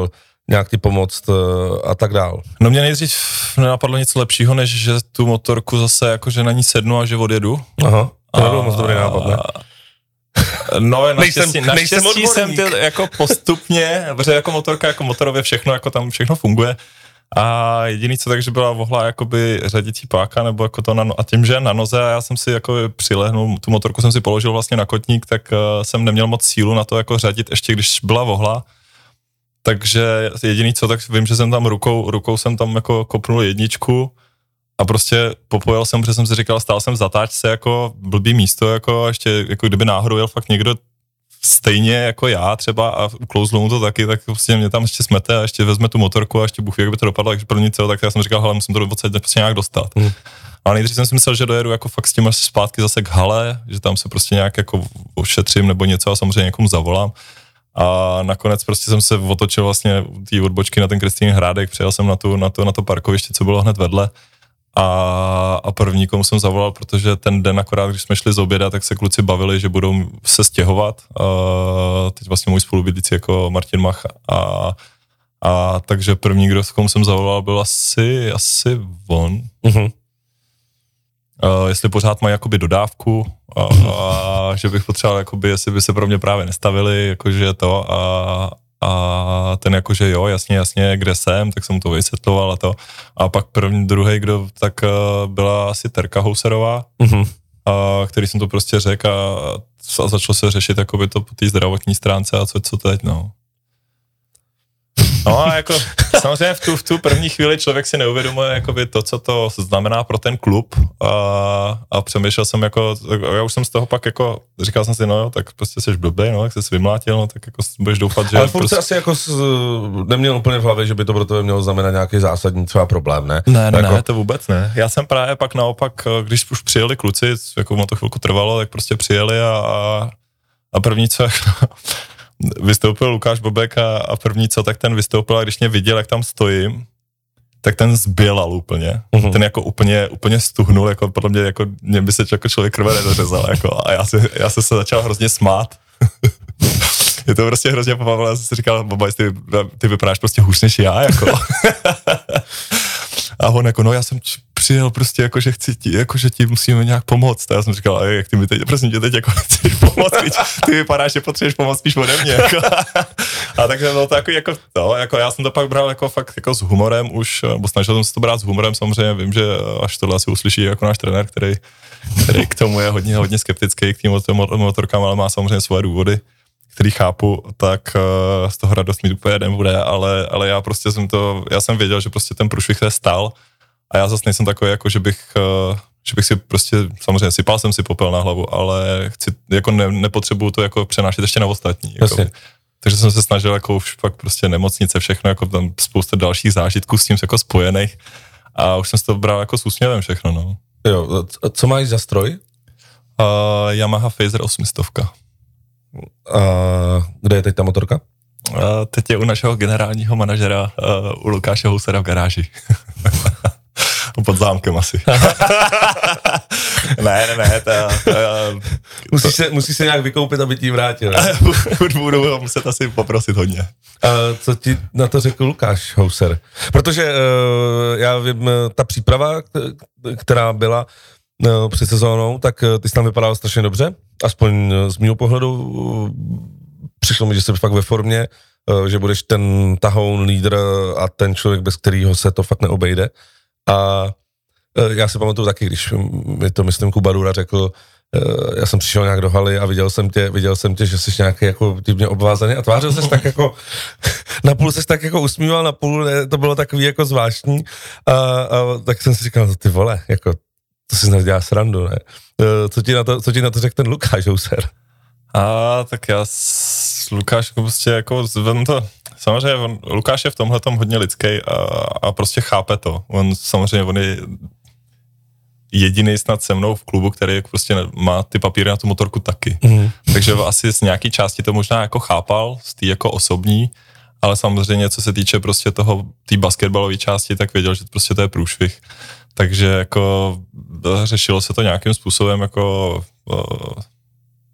S1: nějak ti pomoct a tak dál.
S2: No mě nejdřív nenapadlo nic lepšího, než že tu motorku zase jakože na ní sednu a že odjedu.
S1: Aha, to nebylo moc dobrý nápad, ne?
S2: No, naštěstí,
S1: nejsem,
S2: naštěstí
S1: nejsem
S2: jsem ty jako postupně, protože jako motorka, jako motorově všechno, jako tam všechno funguje. A jediný co, takže byla vohla jakoby řadící páka, nebo jako to na, a tím, že na noze, a já jsem si jako přilehnul, tu motorku jsem si položil vlastně na kotník, tak uh, jsem neměl moc sílu na to jako řadit, ještě když byla vohla. Takže jediný co, tak vím, že jsem tam rukou, rukou jsem tam jako kopnul jedničku a prostě popojil jsem, protože jsem si říkal, stál jsem v zatáčce jako blbý místo, jako ještě jako kdyby náhodou jel fakt někdo stejně jako já třeba a uklouzlo mu to taky, tak prostě mě tam ještě smete a ještě vezme tu motorku a ještě Bůh ví, jak by to dopadlo, takže první co, tak já jsem říkal, hele, musím to odsaď prostě nějak dostat. Hmm. A nejdřív jsem si myslel, že dojedu jako fakt s tím až zpátky zase k hale, že tam se prostě nějak jako ošetřím nebo něco a samozřejmě někomu zavolám. A nakonec prostě jsem se otočil vlastně té odbočky na ten Kristýnin Hrádek, přijel jsem na, tu, na, to, na to parkoviště, co bylo hned vedle. A, a první, komu jsem zavolal, protože ten den akorát, když jsme šli z oběda, tak se kluci bavili, že budou se stěhovat. A teď vlastně můj spolubydlící jako Martin Mach. A, a takže první, kdo, komu jsem zavolal, byl asi, asi on. Mm-hmm. A jestli pořád mají jakoby dodávku a, a že bych potřeboval, jakoby, jestli by se pro mě právě nestavili, jakože to a A ten jakože jo, jasně, jasně, kde jsem, tak jsem mu to vysvětloval a to. A pak první, druhý, kdo, tak byla asi Terka Houserová, mm-hmm. a který jsem to prostě řekl a, a začalo se řešit jakoby to po té zdravotní stránce a co, co teď, no. No a jako samozřejmě v tu, v tu první chvíli člověk si neuvědomuje jakoby to, co to znamená pro ten klub a, a přemýšlel jsem jako, já už jsem z toho pak jako, říkal jsem si, no jo, tak prostě jsi blbej, no, tak jsi vymlátil, no, tak jako budeš doufat, že...
S1: Ale furt
S2: prostě...
S1: asi jako s, neměl úplně v hlavě, že by to pro tebe mělo znamenat nějaký zásadní třeba problém, ne?
S2: Ne, ne,
S1: jako...
S2: ne, to vůbec ne. Já jsem právě pak naopak, když už přijeli kluci, jako mu to chvilku trvalo, tak prostě přijeli a, a, a první co... vystoupil Lukáš Bobek a, a první co, tak ten vystoupil a když mě viděl, jak tam stojím, tak ten zbělal úplně. Uh-huh. Ten jako úplně, úplně stuhnul, jako podle mě, jako mě by se jako člověk krve nedořezal, jako a já se, já se, se začal hrozně smát. Je to prostě hrozně pobavilo, já jsem si říkal, Boba, ty, ty vypadáš prostě hůř než já, jako. A on jako, no já jsem přijel prostě jako, že chci ti, jako, že ti musíme nějak pomoct. A já jsem říkal, jak ty mi teď, prosím tě teď jako chceš pomoct, ty vypadáš, že potřebuješ pomoct spíš ode mě. Jako. A takže bylo to jako, jako, no, jako, já jsem to pak bral jako fakt jako s humorem už, bo snažil jsem se to brát s humorem, samozřejmě vím, že až tohle asi uslyší jako náš trenér, který, který k tomu je hodně, hodně skeptický k tím motorkám, ale má samozřejmě svoje důvody, který chápu, tak uh, z toho radost mi úplně nebude, ale, ale já prostě jsem to, já jsem věděl, že prostě ten průšvih se stal a já zase nejsem takový, jako že bych, uh, že bych si prostě, samozřejmě sypal jsem si popel na hlavu, ale chci, jako ne, nepotřebuju to jako přenášet ještě na ostatní. Jako. Takže jsem se snažil jako už pak prostě nemocnice, všechno, jako tam spousta dalších zážitků s tím jako spojených a už jsem si to bral jako s úsměvem všechno, no.
S1: Jo, co máš za stroj?
S2: Uh, Yamaha Phaser osmistovka.
S1: A kde je teď ta motorka?
S2: Uh, teď je u našeho generálního manažera, uh, u Lukáše Housera v garáži. Pod zámkem asi. ne, ne, ne. Ta, ta,
S1: musíš, se, musíš se nějak vykoupit, aby ti vrátil.
S2: Budu ho muset asi poprosit hodně.
S1: A co ti na to řekl Lukáš Houser? Protože uh, já vím, ta příprava, která byla uh, před sezónou, tak ty jsi tam vypadal strašně dobře. Aspoň z mého pohledu přišlo mi, že jsi fakt ve formě, že budeš ten tahoun, lídr a ten člověk, bez kterého se to fakt neobejde. A já si pamatuju taky, když mi to, myslím, Kuba Dura řekl, já jsem přišel nějak do haly a viděl jsem tě, viděl jsem tě, že jsi nějaký jako divně obvázaný a tvářil ses tak jako, napůl ses tak jako usmíval, napůl ne, to bylo takový jako zvláštní a, a tak jsem si říkal, ty vole, jako to si nedělá srandu, ne? Co ti na to, co ti na to řekl ten Lukáš Houser?
S2: A tak já s Lukáš prostě jako zvem to, samozřejmě on, Lukáš je v tomhletom hodně lidský a, a prostě chápe to. On samozřejmě, on je jediný snad se mnou v klubu, který prostě má ty papíry na tu motorku taky. Mm. Takže asi z nějaký části to možná jako chápal, z té jako osobní, ale samozřejmě co se týče prostě toho, té basketbalové části, tak věděl, že prostě to je průšvih. Takže jako řešilo se to nějakým způsobem, jako co bylo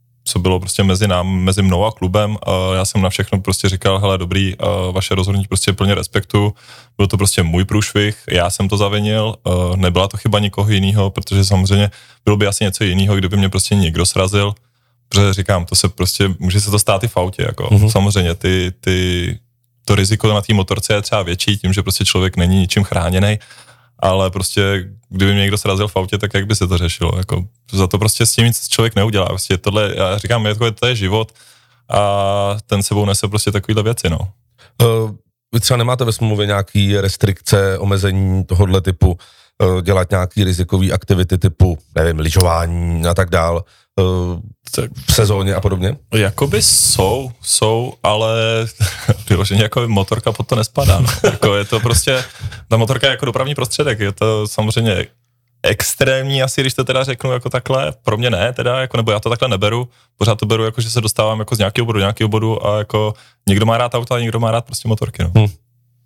S2: bylo prostě mezi námi, mezi mnou a klubem a já jsem na všechno prostě říkal, hele dobrý, vaše rozhodnutí prostě plně respektu, byl to prostě můj průšvih, já jsem to zavinil, nebyla to chyba nikoho jiného, protože samozřejmě bylo by asi něco jiného, kdyby mě prostě někdo srazil, protože říkám, to se prostě, může se to stát i v autě, jako mm-hmm. samozřejmě ty, ty, to riziko na té motorce je třeba větší tím, že prostě člověk není ničím chráněný, ale prostě, kdyby mě někdo srazil v autě, tak jak by se to řešilo, jako za to prostě s tím nic člověk neudělá, prostě tohle, já říkám, je to, to je život a ten sebou nese prostě takovýhle věci, no.
S1: Uh, vy třeba nemáte ve smlouvě nějaký restrikce, omezení tohohle typu, uh, dělat nějaký rizikový aktivity typu, nevím, lyžování a tak dál, uh, v sezóně a podobně?
S2: Jakoby jsou, jsou, ale vyloženě jako motorka pod to nespadá, no. Jako je to prostě, ta motorka je jako dopravní prostředek, je to samozřejmě extrémní asi, když to teda řeknu jako takhle, pro mě ne teda, jako, nebo já to takhle neberu, pořád to beru jako, že se dostávám jako z nějakého bodu do nějakého bodu a jako někdo má rád auta a někdo má rád prostě motorky, no. Hmm.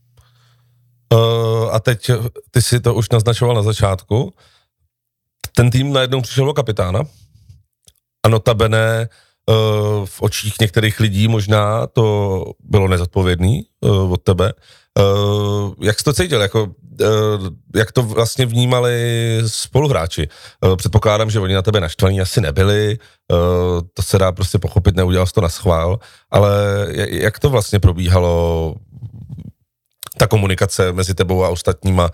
S1: Uh, a teď, ty si to už naznačoval na začátku, ten tým najednou přišel o kapitána a notabene uh, v očích některých lidí možná to bylo nezodpovědný uh, od tebe. Uh, jak jsi to cítil, jako, uh, jak to vlastně vnímali spoluhráči? Uh, předpokládám, že oni na tebe naštvaní asi nebyli, uh, to se dá prostě pochopit, neudělal jsi to na schvál, ale jak to vlastně probíhalo, ta komunikace mezi tebou a ostatníma?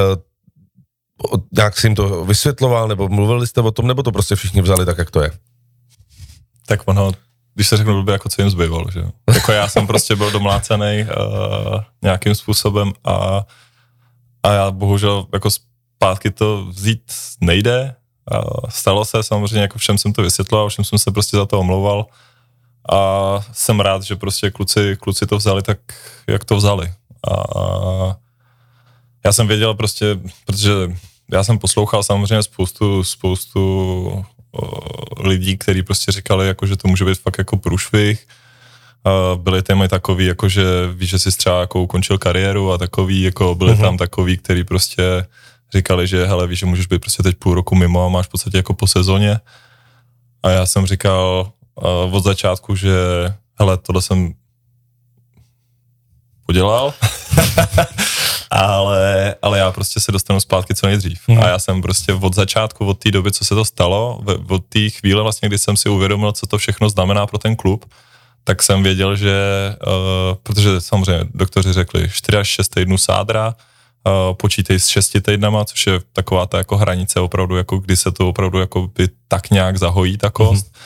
S1: Uh, nějak si jim to vysvětloval, nebo mluvili jste o tom, nebo to prostě všichni vzali tak, jak to je?
S2: Tak ono, když se řeknu blbě, jako co jim zbyvalo, že jo. Jako já jsem prostě byl domlácený uh, nějakým způsobem a, a já bohužel jako zpátky to vzít nejde. Uh, stalo se, samozřejmě jako všem jsem to vysvětloval, všem jsem se prostě za to omlouval a jsem rád, že prostě kluci, kluci to vzali tak, jak to vzali. A, a já jsem věděl prostě, protože já jsem poslouchal samozřejmě spoustu, spoustu lidí, kteří prostě říkali, jako, že to může být fakt jako průšvih. Byli tam i takový, jako, že víš, že jsi třeba jako ukončil kariéru a takový, jako byli uh-huh. tam takový, který prostě říkali, že hele, víš, že můžeš být prostě teď půl roku mimo a máš v podstatě jako po sezóně. A já jsem říkal uh, od začátku, že hele, tohle jsem podělal, ale, ale já prostě se dostanu zpátky co nejdřív. Hmm. A já jsem prostě od začátku, od té doby, co se to stalo, od té chvíle vlastně, kdy jsem si uvědomil, co to všechno znamená pro ten klub, tak jsem věděl, že, uh, protože samozřejmě doktoři řekli čtyři až šest týdnů sádra, uh, počítej s šesti týdnama, což je taková ta jako hranice opravdu, jako kdy se to opravdu jako by tak nějak zahojí ta kost. Hmm.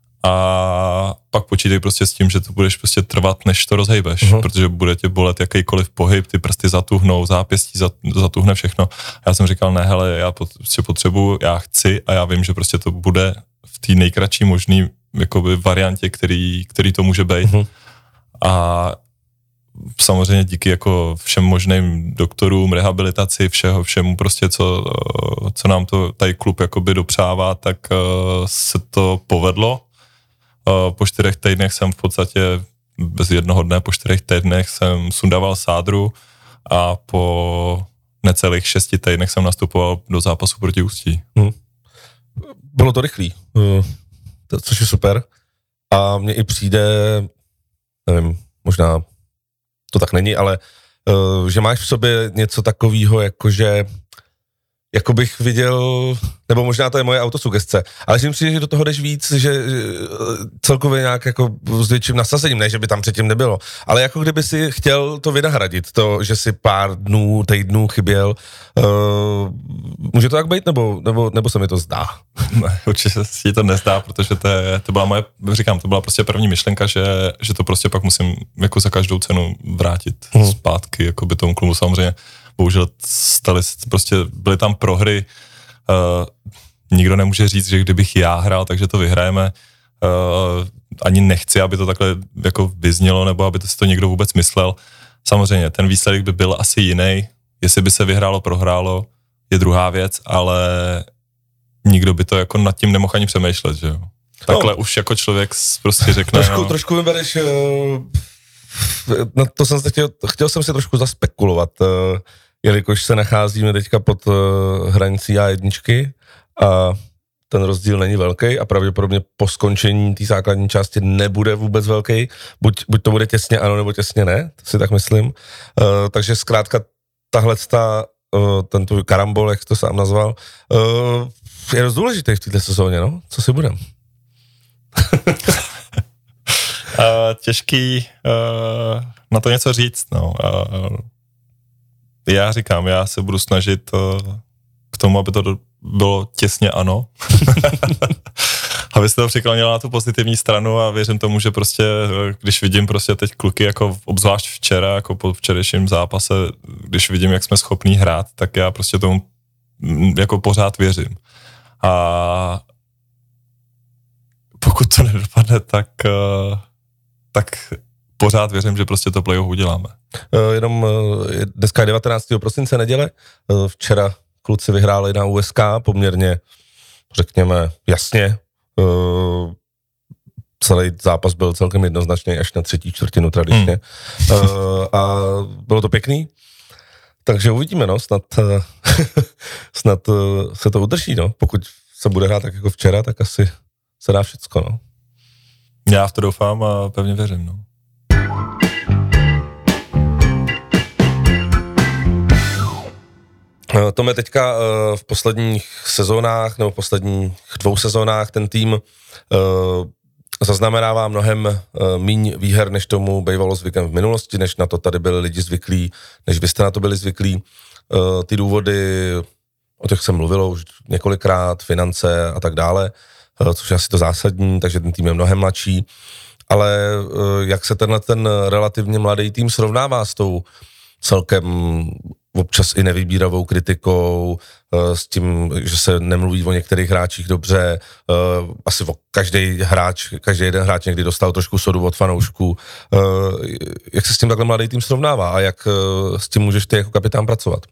S2: A pak počítej prostě s tím, že to budeš prostě trvat, než to rozhejbeš, uh-huh. protože bude tě bolet jakýkoliv pohyb, ty prsty zatuhnou, zápěstí zatuhne všechno. A já jsem říkal, ne, hele, já prostě potřebuju, já chci a já vím, že prostě to bude v té nejkratší možný jakoby variantě, který, který to může být. Uh-huh. A samozřejmě díky jako všem možným doktorům, rehabilitaci, všeho, všemu prostě, co, co nám to tady klub jakoby dopřává, tak se to povedlo. Po čtyřech týdnech jsem v podstatě bez jednoho dne, po čtyřech týdnech jsem sundával sádru a po necelých šesti týdnech jsem nastupoval do zápasu proti Ústí. Hmm.
S1: Bylo to rychlý, což je super. A mně i přijde, nevím, možná to tak není, ale že máš v sobě něco takového, jakože jako bych viděl, nebo možná to je moje autosugestce, ale že mi přijde, že do toho jdeš víc, že celkově nějak jako s větším nasazením, ne, že by tam předtím nebylo, ale jako kdyby si chtěl to vynahradit, to, že si pár dnů, týdnů chyběl, uh, může to tak být, nebo, nebo, nebo se mi to zdá?
S2: Ne, určitě si to nezdá, protože to, je, to byla moje, říkám, to byla prostě první myšlenka, že, že to prostě pak musím jako za každou cenu vrátit hmm. zpátky, jako by tomu klubu samozřejmě. Bohužel stali, prostě byly tam prohry, uh, nikdo nemůže říct, že kdybych já hrál, takže to vyhrajeme, uh, ani nechci, aby to takhle jako vyznělo, nebo aby to si to někdo vůbec myslel. Samozřejmě, ten výsledek by byl asi jiný, jestli by se vyhrálo, prohrálo, je druhá věc, ale nikdo by to jako nad tím nemohl ani přemýšlet, že jo. Takhle no. Už jako člověk prostě řekne.
S1: Trošku,
S2: no,
S1: trošku vybereš, uh, no to jsem chtěl, chtěl jsem si trošku zaspekulovat, uh, jelikož se nacházíme teďka pod uh, hranicí á jedna a ten rozdíl není velký a pravděpodobně po skončení té základní části nebude vůbec velký. Buď, buď to bude těsně ano, nebo těsně ne, to si tak myslím. Uh, takže zkrátka tahle ta, uh, ten tvůj karambol, jak jsi to sám nazval, uh, je dost důležitý v této sezóně, no? Co si budem?
S2: uh, těžký uh, na to něco říct, no. Uh, já říkám, já se budu snažit uh, k tomu, aby to bylo těsně ano. Aby se to přiklonilo na tu pozitivní stranu a věřím tomu, že prostě, když vidím prostě teď kluky, jako obzvlášť včera, jako po včerejším zápase, když vidím, jak jsme schopní hrát, tak já prostě tomu jako pořád věřím. A pokud to nedopadne, tak, tak pořád věřím, že prostě to playoff uděláme.
S1: Jenom dneska je devatenáctého prosince, neděle, včera kluci vyhráli na U S K poměrně, řekněme, jasně. Uh, celý zápas byl celkem jednoznačný až na třetí čtvrtinu tradičně. Hmm. Uh, a bylo to pěkný. Takže uvidíme, no, snad, uh, snad uh, se to udrží, no. Pokud se bude hrát tak jako včera, tak asi se dá všecko, no.
S2: Já v to doufám a pevně věřím, no.
S1: Tome, teďka v posledních sezónách nebo v posledních dvou sezónách ten tým zaznamenává mnohem míň výher, než tomu bývalo zvykem v minulosti, než na to tady byli lidi zvyklí, než vy jste na to byli zvyklí. Ty důvody, o těch jsem mluvil už několikrát, finance a tak dále, což je asi to zásadní, takže ten tým je mnohem mladší, ale jak se tenhle ten relativně mladý tým srovnává s tou celkem občas i nevybíravou kritikou, s tím, že se nemluví o některých hráčích dobře, asi o každý hráč, každý jeden hráč někdy dostal trošku sodu od fanoušků. Jak se s tím takhle mladý tým srovnává a jak s tím můžeš ty jako kapitán pracovat?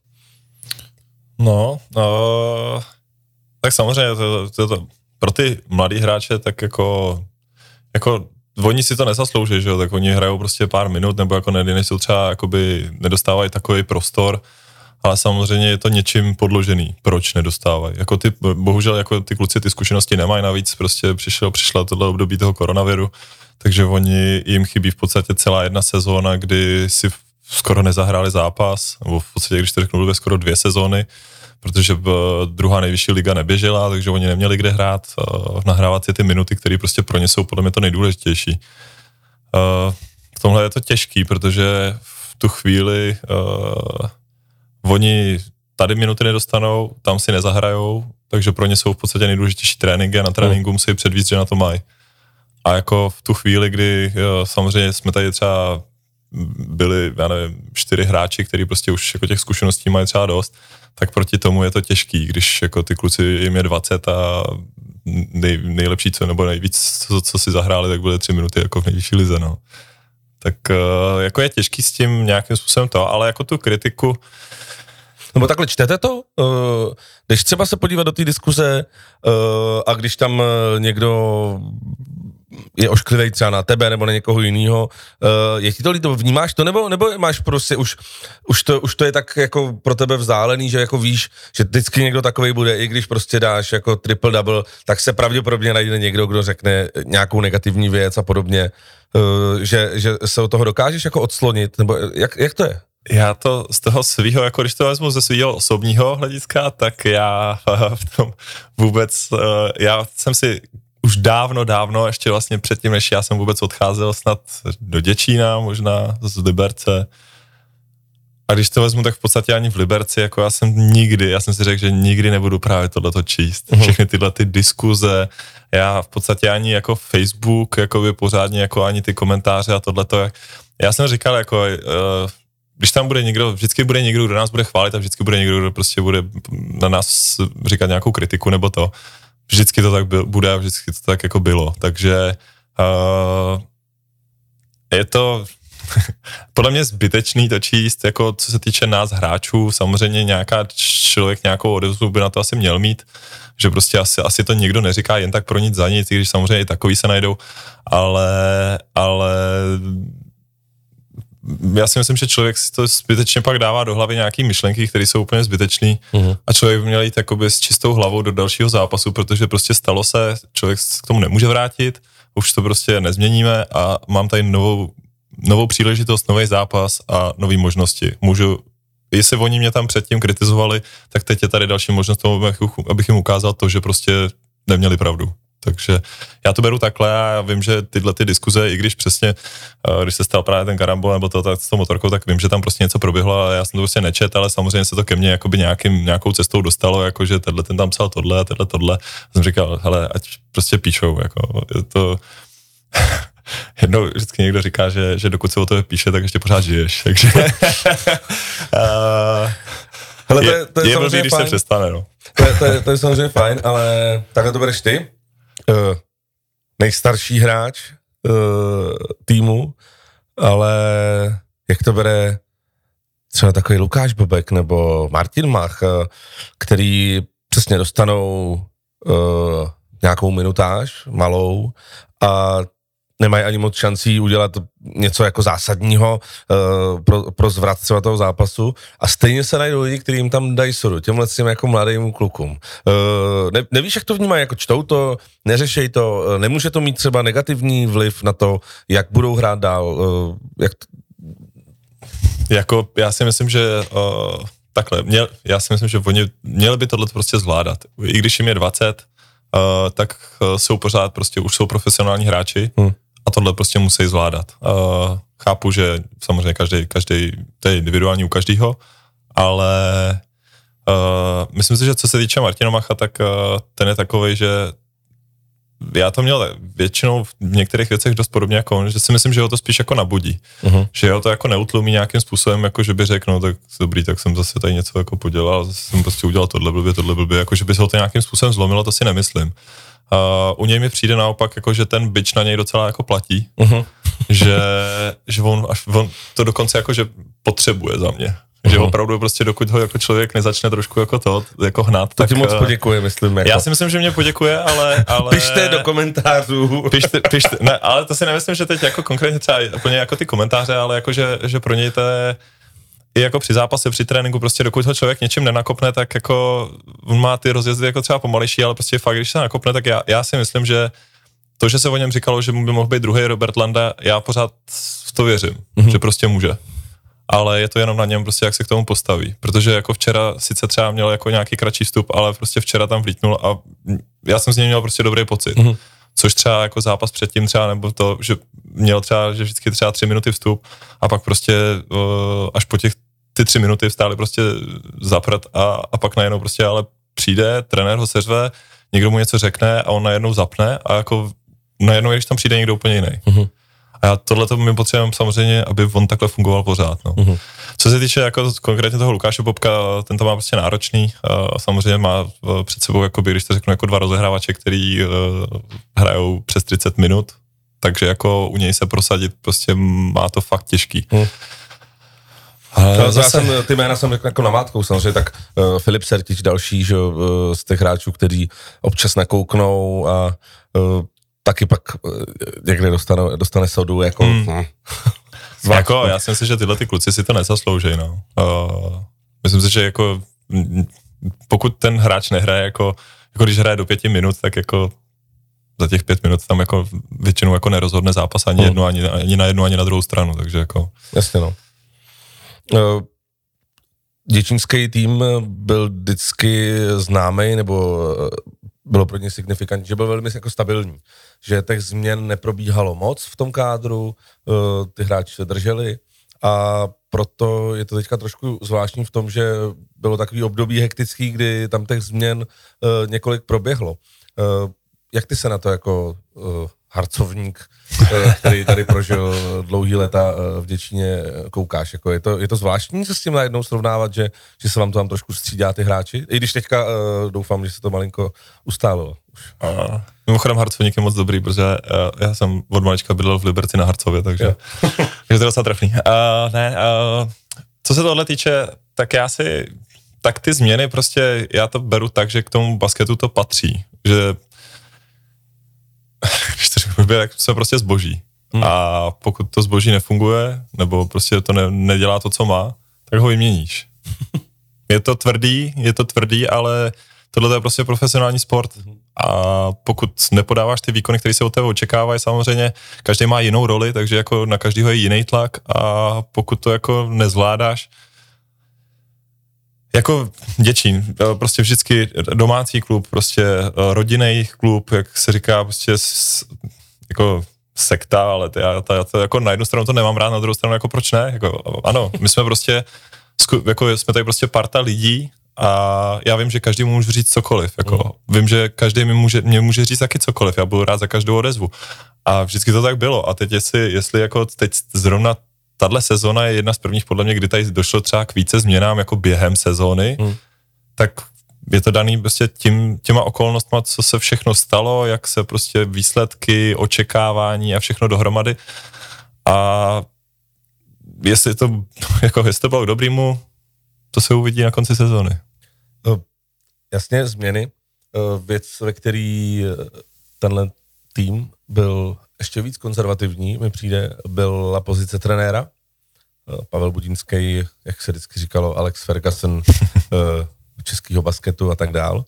S2: No, no tak samozřejmě to, to, to, pro ty mladý hráče tak jako, jako oni si to nezaslouží, že jo, tak oni hrajou prostě pár minut, nebo jako ne, nejsou třeba, jakoby nedostávají takový prostor, ale samozřejmě je to něčím podložený, proč nedostávají. Jako ty, bohužel jako ty kluci ty zkušenosti nemají, navíc prostě přišlo, přišla tohle období toho koronaviru, takže oni, jim chybí v podstatě celá jedna sezóna, kdy si skoro nezahráli zápas, nebo v podstatě, když to řeknu, byly skoro dvě sezóny, protože druhá nejvyšší liga neběžela, takže oni neměli kde hrát, nahrávat si ty minuty, které prostě pro ně jsou podle mě to nejdůležitější. V tomhle je to těžký, protože v tu chvíli uh, oni tady minuty nedostanou, tam si nezahrajou, takže pro ně jsou v podstatě nejdůležitější tréninky a na tréninku musí předvíct, že na to mají. A jako v tu chvíli, kdy uh, samozřejmě jsme tady třeba byli, já nevím, čtyři hráči, kteří prostě už jako těch zkušeností mají třeba dost, tak proti tomu je to těžký, když jako ty kluci jim je dvacet a nej, nejlepší co, nebo nejvíc, co, co si zahráli, tak byly tři minuty jako v nejvyšší lize, no. Tak uh, jako je těžký s tím nějakým způsobem to, ale jako tu kritiku...
S1: Nebo takhle čtete to? Uh, když třeba se podívat do té diskuze uh, a když tam někdo je ošklivej třeba na tebe nebo na někoho jiného, uh, je ti to líto, vnímáš to, nebo, nebo máš prostě už, už, to, už to je tak jako pro tebe vzdálený, že jako víš, že vždycky někdo takovej bude, i když prostě dáš jako triple double, tak se pravděpodobně najde někdo, kdo řekne nějakou negativní věc a podobně, uh, že, že se od toho dokážeš jako odslonit, nebo jak, jak to je?
S2: Já to z toho svýho, jako když to vezmu ze svýho osobního hlediska, tak já v tom vůbec, já jsem si už dávno, dávno, ještě vlastně předtím, než já jsem vůbec odcházel snad do Děčína, možná z Liberce. A když to vezmu, tak v podstatě ani v Liberci, jako já jsem nikdy, já jsem si řekl, že nikdy nebudu právě tohleto číst. Uh-huh. Všechny tyhle ty diskuze, já v podstatě ani jako Facebook, jako by pořádně, jako ani ty komentáře a tohleto. Já jsem říkal, jako... Uh, když tam bude někdo, vždycky bude někdo, kdo nás bude chválit a vždycky bude někdo, kdo prostě bude na nás říkat nějakou kritiku nebo to. Vždycky to tak bude a vždycky to tak jako bylo. Takže uh, je to podle mě zbytečný to číst, jako co se týče nás hráčů, samozřejmě nějaká člověk nějakou odezvu by na to asi měl mít, že prostě asi, asi to někdo neříká jen tak pro nic za nic, i když samozřejmě i takový se najdou, ale, ale já si myslím, že člověk si to zbytečně pak dává do hlavy nějaký myšlenky, které jsou úplně zbytečný uh-huh. a člověk by měl jít jakoby s čistou hlavou do dalšího zápasu, protože prostě stalo se, člověk k tomu nemůže vrátit, už to prostě nezměníme a mám tady novou, novou příležitost, nový zápas a nové možnosti. Můžu, jestli oni mě tam předtím kritizovali, tak teď je tady další možnost tomu, abych jim ukázal to, že prostě neměli pravdu. Takže já to beru takhle a já vím, že tyhle ty diskuze, i když přesně, když se stal právě ten karambol nebo to tak s tou motorkou, tak vím, že tam prostě něco proběhlo a já jsem to prostě nečet, ale samozřejmě se to ke mně jakoby nějakým, nějakou cestou dostalo, jakože tenhle ten tam psal tohle a tenhle tohle. A jsem říkal, hele, ať prostě píšou, jako je to... Jednou vždycky někdo říká, že, že dokud se o to píše, tak ještě pořád žiješ, takže...
S1: Hele, to je, to je,
S2: je blbý, když se přestane, no.
S1: To je, to, je, to je samozřejmě fajn, ale takhle to bereš ty. Uh, nejstarší hráč uh, týmu, ale jak to bere třeba takový Lukáš Bobek nebo Martin Mach, uh, který přesně dostanou uh, nějakou minutáž malou a nemají ani moc šancí udělat něco jako zásadního uh, pro, pro zvrat třeba toho zápasu a stejně se najdou lidi, kteří jim tam dají sodu, těmhle s těm jako mladým klukům. Uh, ne, nevíš, jak to vnímají, jako čtou to, neřešej to, uh, nemůže to mít třeba negativní vliv na to, jak budou hrát dál, uh, jak t...
S2: Jako, já si myslím, že uh, takhle, měl, já si myslím, že oni měli by tohle prostě zvládat. I když jim je dvacet, uh, tak uh, jsou pořád prostě, už jsou profesionální hráči, hmm. a tohle prostě musí zvládat. Uh, chápu, že samozřejmě každý, každý, to je individuální u každého, ale uh, myslím si, že co se týče Martina Macha, tak uh, ten je takovej, že já to měl většinou v některých věcech dost podobně jako on, že si myslím, že ho to spíš jako nabudí. Uh-huh. Že ho to jako neutlumí nějakým způsobem, jako že by řekl, no tak dobrý, tak jsem zase tady něco jako podělal, zase jsem prostě udělal tohle blbě, tohle blbě, jako že by se ho to nějakým způsobem zlomilo, to si nemyslím. Uh, u něj mi přijde naopak, jako, že ten bič na něj docela jako platí, uh-huh. že, že on, až, on to dokonce jako, že potřebuje za mě. Že uh-huh. opravdu prostě dokud ho jako člověk nezačne trošku jako to, jako hnát, to tak...
S1: To ti moc poděkuje, myslím. Jako.
S2: Já si myslím, že mě poděkuje, ale... ale
S1: pište do komentářů.
S2: Pište, pište, ne, ale to si nemyslím, že teď jako konkrétně třeba úplně jako ty komentáře, ale jako, že, že pro něj to je... I jako při zápase, při tréninku, prostě dokud ho člověk něčím nenakopne, tak jako on má ty rozjezdy jako třeba pomalejší, ale prostě fakt, když se nakopne, tak já, já si myslím, že to, že se o něm říkalo, že by mohl být druhý Robert Landa, já pořád v to věřím, mm-hmm. že prostě může. Ale je to jenom na něm prostě, jak se k tomu postaví. Protože jako včera sice třeba měl jako nějaký kratší vstup, ale prostě včera tam vlítnul a já jsem z něj měl prostě dobrý pocit. Mm-hmm. Což třeba jako zápas předtím třeba, nebo to, že měl třeba, že vždycky třeba tři minuty vstup a pak prostě uh, až po těch ty tři minuty vstáli prostě zaprat a, a pak najednou prostě ale přijde, trenér ho seřve, někdo mu něco řekne a on najednou zapne a jako najednou, když tam přijde někdo úplně jiný. Uh-huh. A já tohleto my potřebujeme samozřejmě, aby on takhle fungoval pořád. No. Uh-huh. Co se týče jako konkrétně toho Lukáše Bobka, ten to má prostě náročný a samozřejmě má před sebou, jakoby, když to řeknu, jako dva rozehrávače, který uh, hrajou přes třicet minut, takže jako u něj se prosadit prostě má to fakt těžký. Uh-huh.
S1: Ale zase... Já jsem, ty jména jsem řekl jako namátkou samozřejmě, tak uh, Filip Sertič další, že uh, z těch hráčů, kteří občas nakouknou a uh, taky pak uh, někde dostane, dostane sodu, jako... Hmm. Hm.
S2: Jako, já si myslím, že tyhle ty kluci si to nezaslouží, no. Uh, myslím si, že jako pokud ten hráč nehraje jako, jako když hraje do pěti minut, tak jako za těch pět minut tam jako většinou jako nerozhodne zápas ani hmm. jednu, ani, ani na jednu, ani na druhou stranu, takže jako...
S1: Jasně, no. Uh, děčínský tým byl vždycky známý, nebo bylo pro něj signifikantní, že byl velmi jako stabilní, že těch změn neprobíhalo moc v tom kádru, uh, ty hráči se drželi a proto je to teďka trošku zvláštní v tom, že bylo takový období hektický, kdy tam těch změn uh, několik proběhlo. Uh, jak ty se na to jako uh, harcovník, který tady prožil dlouhý léta v Děčíně, koukáš? Jako je, to, je to zvláštní se s tím najednou srovnávat, že, že se vám to tam trošku střídá ty hráči? I když teďka uh, doufám, že se to malinko ustálilo.
S2: Uh, mimochodem harcovník je moc dobrý, protože uh, já jsem od malička bydlel v Liberci na Harcově, takže, takže to je docela trefný. Uh, ne, uh, co se tohle týče, tak já si, tak ty změny prostě, já to beru tak, že k tomu basketu to patří, že když to řeknu, tak jsme prostě zboží. Hmm. A pokud to zboží nefunguje, nebo prostě to ne, nedělá to, co má, tak ho vyměníš. Je to tvrdý, je to tvrdý, ale tohle je prostě profesionální sport. A pokud nepodáváš ty výkony, které se od tebe očekávají, samozřejmě každý má jinou roli, takže jako na každého je jiný tlak a pokud to jako nezvládáš, jako Děčín, prostě vždycky domácí klub, prostě rodinný klub, jak se říká, prostě jako sekta, ale to, já, to, já to jako na jednu stranu to nemám rád, na druhou stranu jako proč ne, jako ano, my jsme prostě, jako jsme tady prostě parta lidí a já vím, že každý mu může říct cokoliv, jako mm. vím, že každý mi může, mě může říct taky cokoliv, já budu rád za každou odezvu a vždycky to tak bylo a teď jestli, jestli jako teď zrovna tahle sezona je jedna z prvních podle mě, kdy tady došlo třeba k více změnám jako během sezóny, mm. tak je to daný prostě tím, těma okolnostma, co se všechno stalo, jak se prostě výsledky, očekávání a všechno dohromady a jestli to, jako jestli to bylo k dobrýmu, to se uvidí na konci sezóny.
S1: No, jasně, změny. Věc, ve který tenhle tým byl ještě víc konzervativní, mi přijde, byla pozice trenéra. Pavel Budínský, jak se vždycky říkalo, Alex Ferguson českého basketu a tak dál.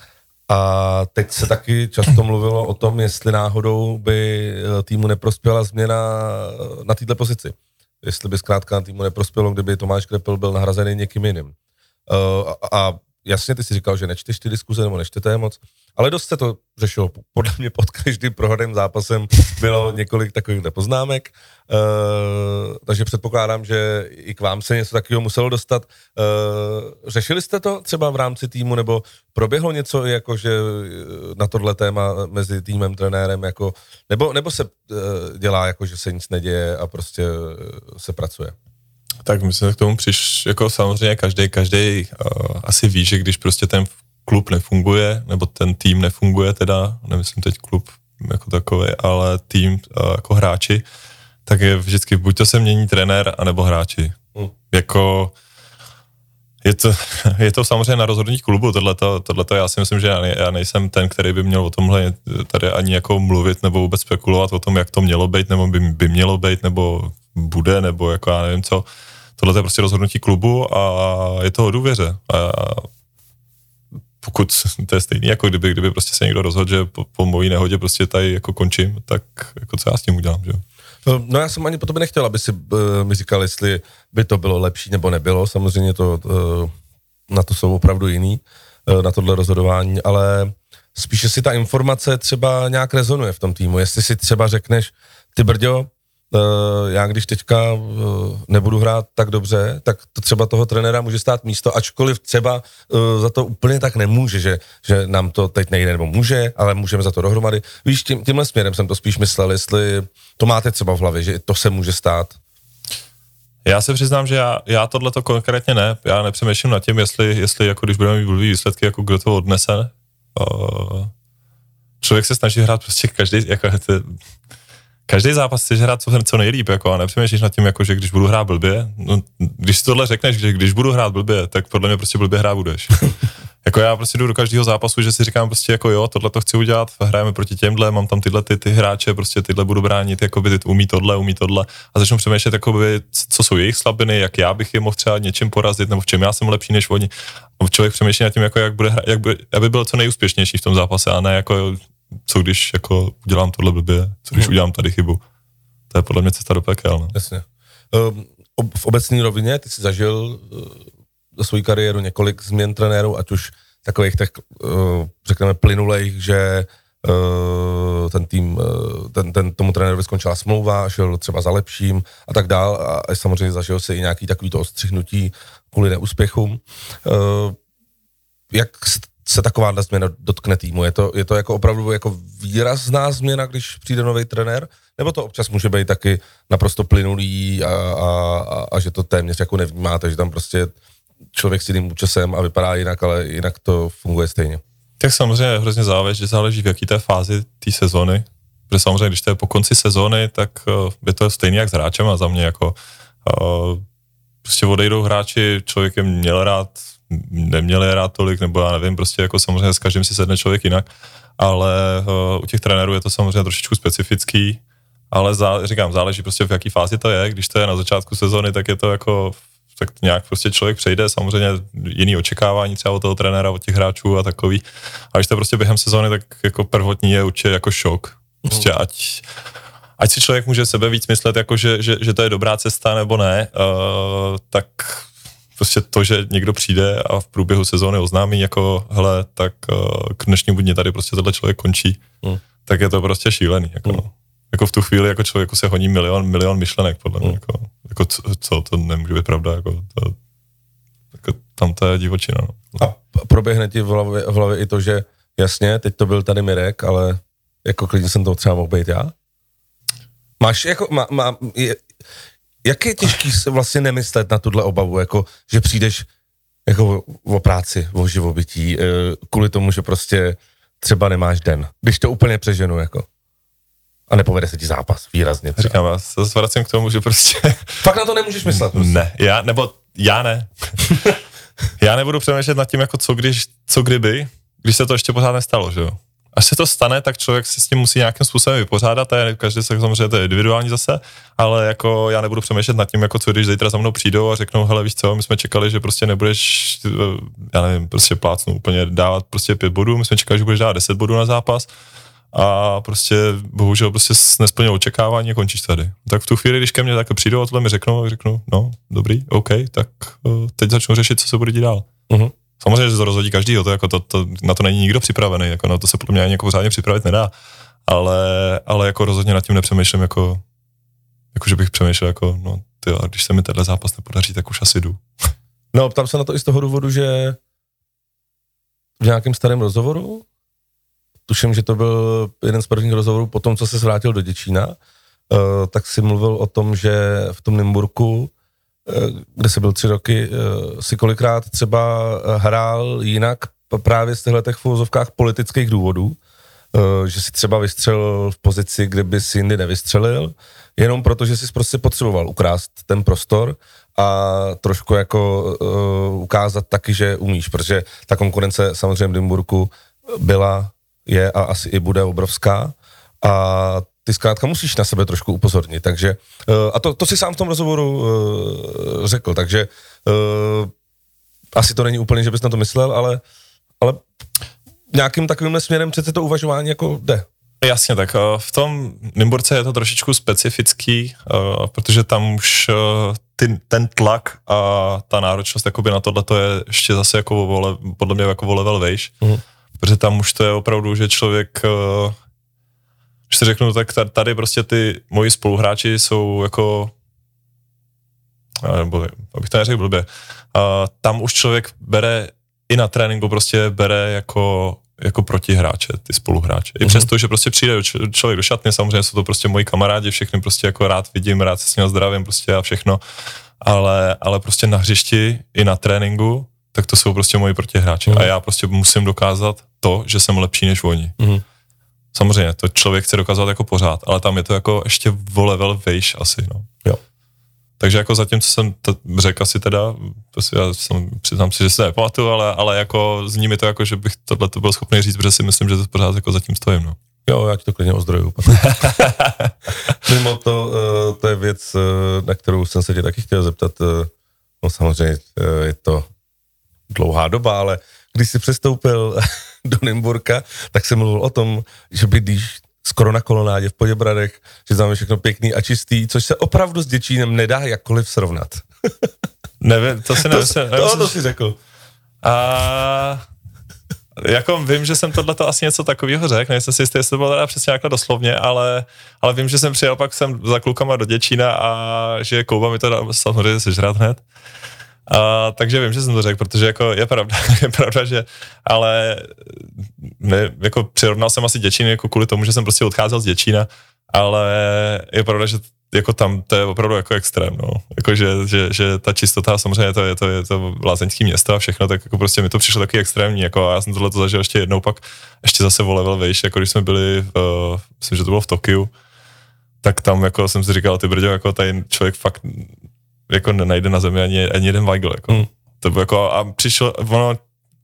S1: A teď se taky často mluvilo o tom, jestli náhodou by týmu neprospěla změna na této pozici. Jestli by zkrátka na týmu neprospělo, kdyby Tomáš Krepel byl nahrazený někým jiným. Uh, a, a jasně ty si říkal, že nečteš ty diskuze, nebo nečtete moc, ale dost se to řešilo. Podle mě pod každým prohraným zápasem bylo několik takových poznámek, uh, takže předpokládám, že i k vám se něco takového muselo dostat. Uh, řešili jste to třeba v rámci týmu, nebo proběhlo něco jako, že na tohle téma mezi týmem, trenérem, jako, nebo, nebo se uh, dělá jako, že se nic neděje a prostě uh, se pracuje?
S2: Tak my jsme k tomu přišli, jako samozřejmě každý, každý uh, asi ví, že když prostě ten klub nefunguje, nebo ten tým nefunguje teda, nemyslím teď klub jako takový, ale tým uh, jako hráči, tak je vždycky, buď to se mění trenér, anebo hráči. Hmm. Jako je to, je to samozřejmě na rozhodnutí klubu, tohleto, tohleto já si myslím, že já, ne, já nejsem ten, který by měl o tomhle tady ani jako mluvit, nebo vůbec spekulovat o tom, jak to mělo být, nebo by, by mělo být, nebo bude, nebo jako já nevím co. Tohle je prostě rozhodnutí klubu a je to o důvěře. A pokud to je stejný, jako kdyby, kdyby prostě se někdo rozhodl, že po, po mojí nehodě prostě tady jako končím, tak jako co já s tím udělám, že?
S1: No já jsem ani po tobě nechtěl, aby si uh, mi říkal, jestli by to bylo lepší nebo nebylo. Samozřejmě to, uh, na to jsou opravdu jiný, uh, na tohle rozhodování, ale spíše si ta informace třeba nějak rezonuje v tom týmu. Jestli si třeba řekneš, ty Brďo, Uh, já když teďka uh, nebudu hrát tak dobře, tak to třeba toho trenéra může stát místo, ačkoliv třeba uh, za to úplně tak nemůže, že, že nám to teď nejde, nebo může, ale můžeme za to dohromady. Víš, tím, tímhle směrem jsem to spíš myslel, jestli to máte třeba v hlavě, že to se může stát.
S2: Já se přiznám, že já, já tohleto konkrétně ne, já nepřemýšlím nad tím, jestli, jestli jako když budeme mít blbý výsledky, jako kdo to odnese. Uh, člověk se snaží hrát prostě každý, jako to, každý zápas chceš hrát co, co nejlíp, jako, a nepřemýšlíš nad tím, jako, že když budu hrát blbě, no, když si tohle řekneš, že když budu hrát blbě, tak podle mě prostě blbě hrát budeš. Jako já prostě jdu do každého zápasu, že si říkám prostě jako jo, tohle to chci udělat, hrajeme proti těmhle, mám tam tyhle ty, ty hráče, prostě tyhle budu bránit, jako by ty umí tohle, umí tohle a začnu přemýšlet, jako by, co jsou jejich slabiny, jak já bych je mohl třeba něčím porazit, nebo v čem já jsem lepší než oni. A člověk přemýšlí nad tím, jako jak bude, jak bude, aby byl co nejúspěšnější v tom zápase, a ne jako co když jako udělám tohle blbě, co když udělám tady chybu. To je podle mě cesta do pekel. No.
S1: Jasně. V obecné rovině ty jsi zažil za svou kariéru několik změn trenérů, ať už takových tak, řekneme, plynulejch, že ten tým, ten, ten tomu trenérovi skončila smlouva, šel třeba za lepším a tak dál, a samozřejmě zažil si i nějaký takovýto ostřihnutí kvůli neúspěchům. Jak se taková změna dotkne týmu? Je to, je to jako opravdu jako výrazná změna, když přijde nový trenér? Nebo to občas může být taky naprosto plynulý a, a, a, a že to téměř jako nevnímáte, že tam prostě člověk s jiným účesem a vypadá jinak, ale jinak to funguje stejně? Tak
S2: samozřejmě hrozně záleží, že záleží v jaký té fázi té sezony. Protože samozřejmě, když to je po konci sezony, tak je to stejný jak s hráčem a za mě jako uh, prostě odejdou hráči, člověk je měl rád, neměl je rád tolik, nebo já nevím, prostě jako samozřejmě s každým si sedne člověk jinak, ale uh, u těch trenérů je to samozřejmě trošičku specifický ale zá, říkám, záleží prostě v jaký fázi to je, když to je na začátku sezóny, tak je to jako, tak nějak prostě člověk přejde, samozřejmě jiný očekávání třeba od toho trenéra, od těch hráčů a takový, a když to je prostě během sezóny, tak jako prvotní je určitě jako šok, prostě ať, ať si člověk může sebe víc myslet, jako že, že, že to je dobrá cesta nebo ne, uh, tak prostě to, že někdo přijde a v průběhu sezóny oznámí jako, hele, tak uh, k dnešnímu dni tady prostě tenhle člověk končí, mm. tak je to prostě šílený, jako, mm. no. Jako v tu chvíli jako člověku se honí milion, milion myšlenek, podle mě, mm. jako, jako co, co, to nemůže být pravda, jako, to, jako tam to je divočina, no.
S1: A proběhne ti v hlavě, v hlavě i to, že jasně, teď to byl tady Mirek, ale jako klidně jsem to třeba mohl být já? Máš jako, má, má, je, jak je těžký se vlastně nemyslet na tuhle obavu, jako, že přijdeš jako o práci, o živobytí, kvůli tomu, že prostě třeba nemáš den, když to úplně přeženu, jako. A nepovede se ti zápas výrazně. Třeba.
S2: Říkám, já se zvracím k tomu, že prostě...
S1: Fakt na to nemůžeš myslet? Prostě.
S2: Ne, já, nebo já ne. Já nebudu přemýšlet nad tím, jako co když, co kdyby, když se to ještě pořád nestalo, že jo. Až se to stane, tak člověk si s tím musí nějakým způsobem vypořádat, a každý se samozřejmě to je individuální zase, ale jako já nebudu přemýšlet nad tím, jako co když zítra za mnou přijdou a řeknou, hele, víš co, my jsme čekali, že prostě nebudeš, já nevím, prostě plácnu úplně dávat prostě pět bodů, my jsme čekali, že budeš dávat deset bodů na zápas a prostě bohužel prostě nesplnil očekávání a končíš tady. Tak v tu chvíli, když ke mně takhle přijdou a tohle mi řeknou, tak řeknu, no, dobrý, OK, tak teď začnu řešit, co se bude dít dál. Uh-huh. Samozřejmě, že to rozhodí každýho, to jako to, to, na to není nikdo připravený, jako na to se podle mě ani jako pořádně připravit nedá, ale, ale jako rozhodně nad tím nepřemýšlím, jako, jako že bych přemýšlel, jako, no, tyjo, když se mi tenhle zápas nepodaří, tak už asi jdu.
S1: No, ptám se na to i z toho důvodu, že v nějakém starém rozhovoru, tuším, že to byl jeden z prvních rozhovorů po tom, co se vrátil do Děčína, uh, tak si mluvil o tom, že v tom Nymburku, kde se byl tři roky, si kolikrát třeba hrál jinak právě z těchto v uvozovkách politických důvodů, že si třeba vystřelil v pozici, kde by si jindy nevystřelil, jenom proto, že si prostě potřeboval ukrást ten prostor a trošku jako uh, ukázat taky, že umíš, protože ta konkurence samozřejmě v Nymburku byla, je a asi i bude obrovská a ty zkrátka musíš na sebe trošku upozornit, takže, a to, to si sám v tom rozhovoru uh, řekl, takže uh, asi to není úplně, že bys na to myslel, ale, ale nějakým takovým směrem přece to uvažování jako jde.
S2: Jasně, tak v tom Nymburce je to trošičku specifický, uh, protože tam už uh, ty, ten tlak a ta náročnost jakoby na tohleto je ještě zase jako vole, podle mě jako o level vejš, uh-huh. protože tam už to je opravdu, že člověk... Uh, Když si řeknu, tak tady prostě ty moji spoluhráči jsou jako, nebo abych to neřekl blbě, tam už člověk bere i na tréninku prostě bere jako, jako protihráče, ty spoluhráče. I přesto, že prostě přijde člověk do šatny, samozřejmě jsou to prostě moji kamarádi, všechny prostě jako rád vidím, rád se s nimi zdravím prostě a všechno, ale, ale prostě na hřišti i na tréninku, tak to jsou prostě moji protihráči. Mm. A já prostě musím dokázat to, že jsem lepší než oni. Mm. Samozřejmě, to člověk chce dokázat jako pořád, ale tam je to jako ještě o level vejš asi, no. Jo. Takže jako zatím, co jsem to řekl asi teda, prostě já jsem, přiznám si, že se nepamatuju, ale, ale jako zní mi to jako, že bych tohle to byl schopný říct, protože si myslím, že to pořád jako zatím stojím, no.
S1: Jo, já ti to klidně ozdroju. Mimo to, to je věc, na kterou jsem se tě taky chtěl zeptat, no samozřejmě je to dlouhá doba, ale když jsi přestoupil do Nymburka, tak jsem mluvil o tom, že bydlíš skoro na kolonádě v Poděbradech, že tam je všechno pěkný a čistý, což se opravdu s Děčínem nedá jakkoliv srovnat.
S2: Nevím, to si nemyslím.
S1: To, to, to si řekl.
S2: A jako vím, že jsem tohleto asi něco takového řekl, nejsem si jistý, jestli to bylo teda přesně takhle doslovně, ale, ale vím, že jsem přijel pak jsem za klukama do Děčína a že Kouba mi to dá samozřejmě sežrat hned. A, takže vím, že jsem to řekl, protože jako je pravda, je pravda, že, ale ne, jako přirovnal jsem asi Děčín jako kvůli tomu, že jsem prostě odcházel z Děčína, ale je pravda, že jako tam to je opravdu jako extrém, no, jako že, že, že ta čistota, samozřejmě to je to, je to lázeňský město a všechno, tak jako prostě mi to přišlo taky extrémní, jako a já jsem tohle to zažil ještě jednou, pak ještě zase o level vejš, jako když jsme byli, uh, myslím, že to bylo v Tokiu, tak tam jako jsem si říkal, ty brďo, jako tady člověk fakt jako nenajde na zemi ani, ani jeden Weigl, jako. Hmm. To bylo jako, a přišlo, ono,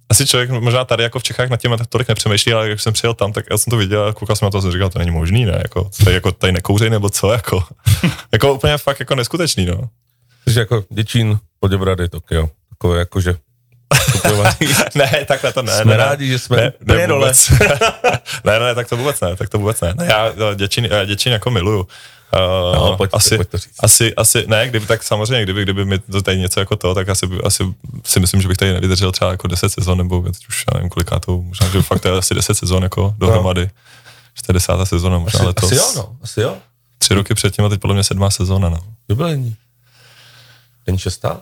S2: asi člověk možná tady jako v Čechách nad tím tak tolik nepřemýšlí, ale když jsem přijel tam, tak já jsem to viděl a koukal jsem na to a jsem říkal, to není možný, ne, jako tady, jako tady nekouřej nebo co, jako, jako úplně fakt jako neskutečný, no.
S1: Takže jako Děčín, Poděbrady, Tokio, takové jakože
S2: ne, takhle to ne.
S1: Jsme
S2: ne,
S1: rádi, že jsme
S2: ne,
S1: úplně
S2: ne,
S1: dole.
S2: Vůbec. ne, ne, tak to vůbec ne, tak to vůbec ne. ne já Děčín, já Děčín jako miluju. Uh,
S1: no, pojď,
S2: asi,
S1: pojď to říct.
S2: asi, asi, ne, kdyby, tak samozřejmě, kdyby, kdyby mi to tady něco jako to, tak asi, asi si myslím, že bych tady nevydržel třeba jako deset sezon, nebo teď už já nevím koliká to, možná, že fakt to je asi deset sezon jako dohromady. No. čtyřicátá sezona možná
S1: asi,
S2: letos.
S1: Asi jo, no, asi jo.
S2: Tři roky předtím a teď podle mě sedmá sezona, no.
S1: Jubilejní. Není šestá?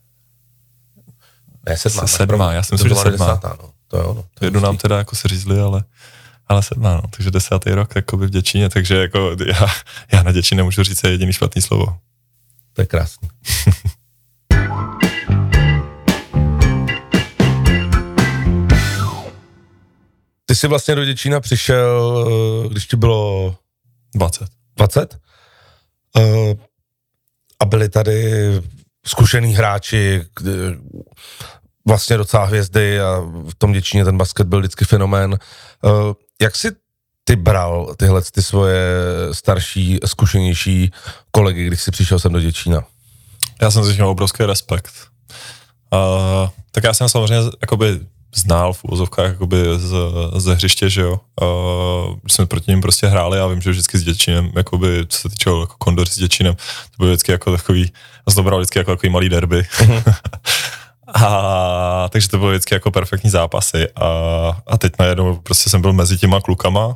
S1: Ne, sedmá.
S2: Sedmá, já si myslím, že sedmá.
S1: Desátá, no. To je ono.
S2: To Jednu nám teda jako se řízli, ale, ale sedmá, no. Takže desátý rok jakoby v Děčíně, takže jako já, já na Děčín nemůžu říct jediný špatný slovo.
S1: To je krásný. Ty jsi vlastně do Děčína přišel, když ti bylo
S2: dvacet.
S1: dvacet? Uh, a byli tady zkušený hráči, vlastně docela hvězdy a v tom Děčíně ten basket byl vždycky fenomén. Uh, jak jsi ty bral tyhle ty svoje starší, zkušenější kolegy, když jsi přišel sem do Děčína?
S2: Já jsem si měl obrovský respekt. Uh, tak já jsem samozřejmě jakoby znal v úvozovkách jakoby z, ze hřiště, že jo. Uh, když jsme proti ním prostě hráli a vím, že vždycky s Děčínem, jakoby, co se týčilo jako Kondor s Děčínem, to bylo vždycky jako takový, já jsem to bral vždycky jako takový malý derby. Mm-hmm. A takže to bylo vždycky jako perfektní zápasy a, a teď najednou prostě jsem byl mezi těma klukama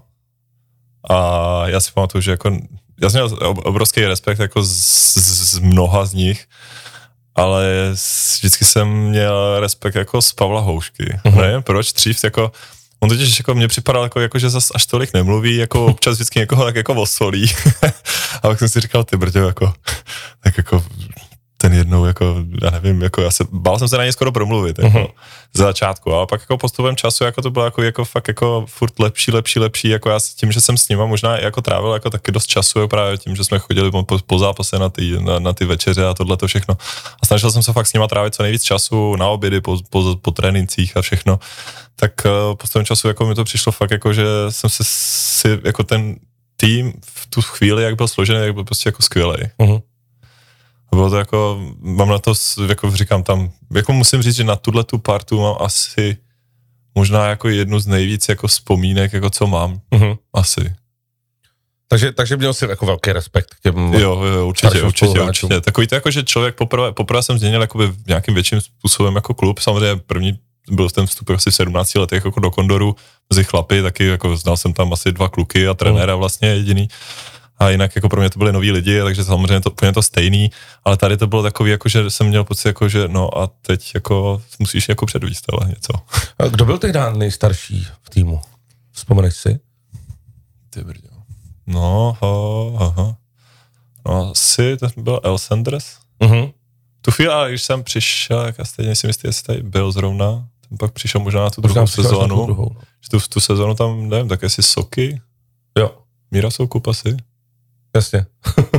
S2: a já si pamatuju, že jako, já jsem měl obrovský respekt jako z, z mnoha z nich, ale vždycky jsem měl respekt jako z Pavla Houšky. Mm-hmm. Nevím proč, dřív jako, on totiž jako mě připadal jako, jako že zas až tolik nemluví, jako občas vždycky někoho tak jako osolí. A pak jsem si říkal, ty brďo, jako, tak jako ten jednou, jako, já nevím, jako já se, bál jsem se na něj skoro promluvit, jako, mm-hmm. za začátku, ale pak jako postupem času, jako to bylo jako, jako fakt jako furt lepší, lepší, lepší, jako já tím, že jsem s nima možná jako trávil jako taky dost času, právě tím, že jsme chodili po, po zápase na ty, na, na ty večeře a tohle to všechno. A snažil jsem se fakt s nima trávit co nejvíc času, na obědy, po, po, po trénincích a všechno. Tak uh, postupem času, jako mi to přišlo fakt, jako, že jsem se si, jako ten tým v tu chvíli, jak byl složený, jak byl prostě jako skvělej. Mm-hmm. Bylo to jako, mám na to, jako říkám tam, jako musím říct, že na tuhle tu partu mám asi možná jako jednu z nejvíc jako vzpomínek, jako co mám, mm-hmm. asi.
S1: Takže, takže měl jsi jako velký respekt k těm...
S2: Jo, jo, určitě, určitě, určitě. Takový to jako, že člověk poprvé, poprvé jsem změnil jakoby nějakým větším způsobem jako klub, samozřejmě první byl ten vstup asi v sedmnácti letech jako do Kondoru, mezi chlapy, taky jako znal jsem tam asi dva kluky a trenéra mm. vlastně jediný. A jinak jako pro mě to byli noví lidi, takže samozřejmě to úplně to stejný, ale tady to bylo takový, jako, že jsem měl pocit, jako, že no a teď jako musíš jako předvíst tohle něco.
S1: A kdo byl tehdy nejstarší v týmu? Vzpomeneš si?
S2: Ty brďo. No, ha, aha. No, asi to byl El Sanders.
S1: Mhm.
S2: Tu chvíli, ale když jsem přišel, jak já stejně si myslím, jestli tady byl zrovna, ten pak přišel možná na tu možná druhou sezónu. Tu, druhou, no. tu, tu sezónu tam, nevím, tak jestli Soky.
S1: Jo.
S2: Míra Soukup asi.
S1: Jasně.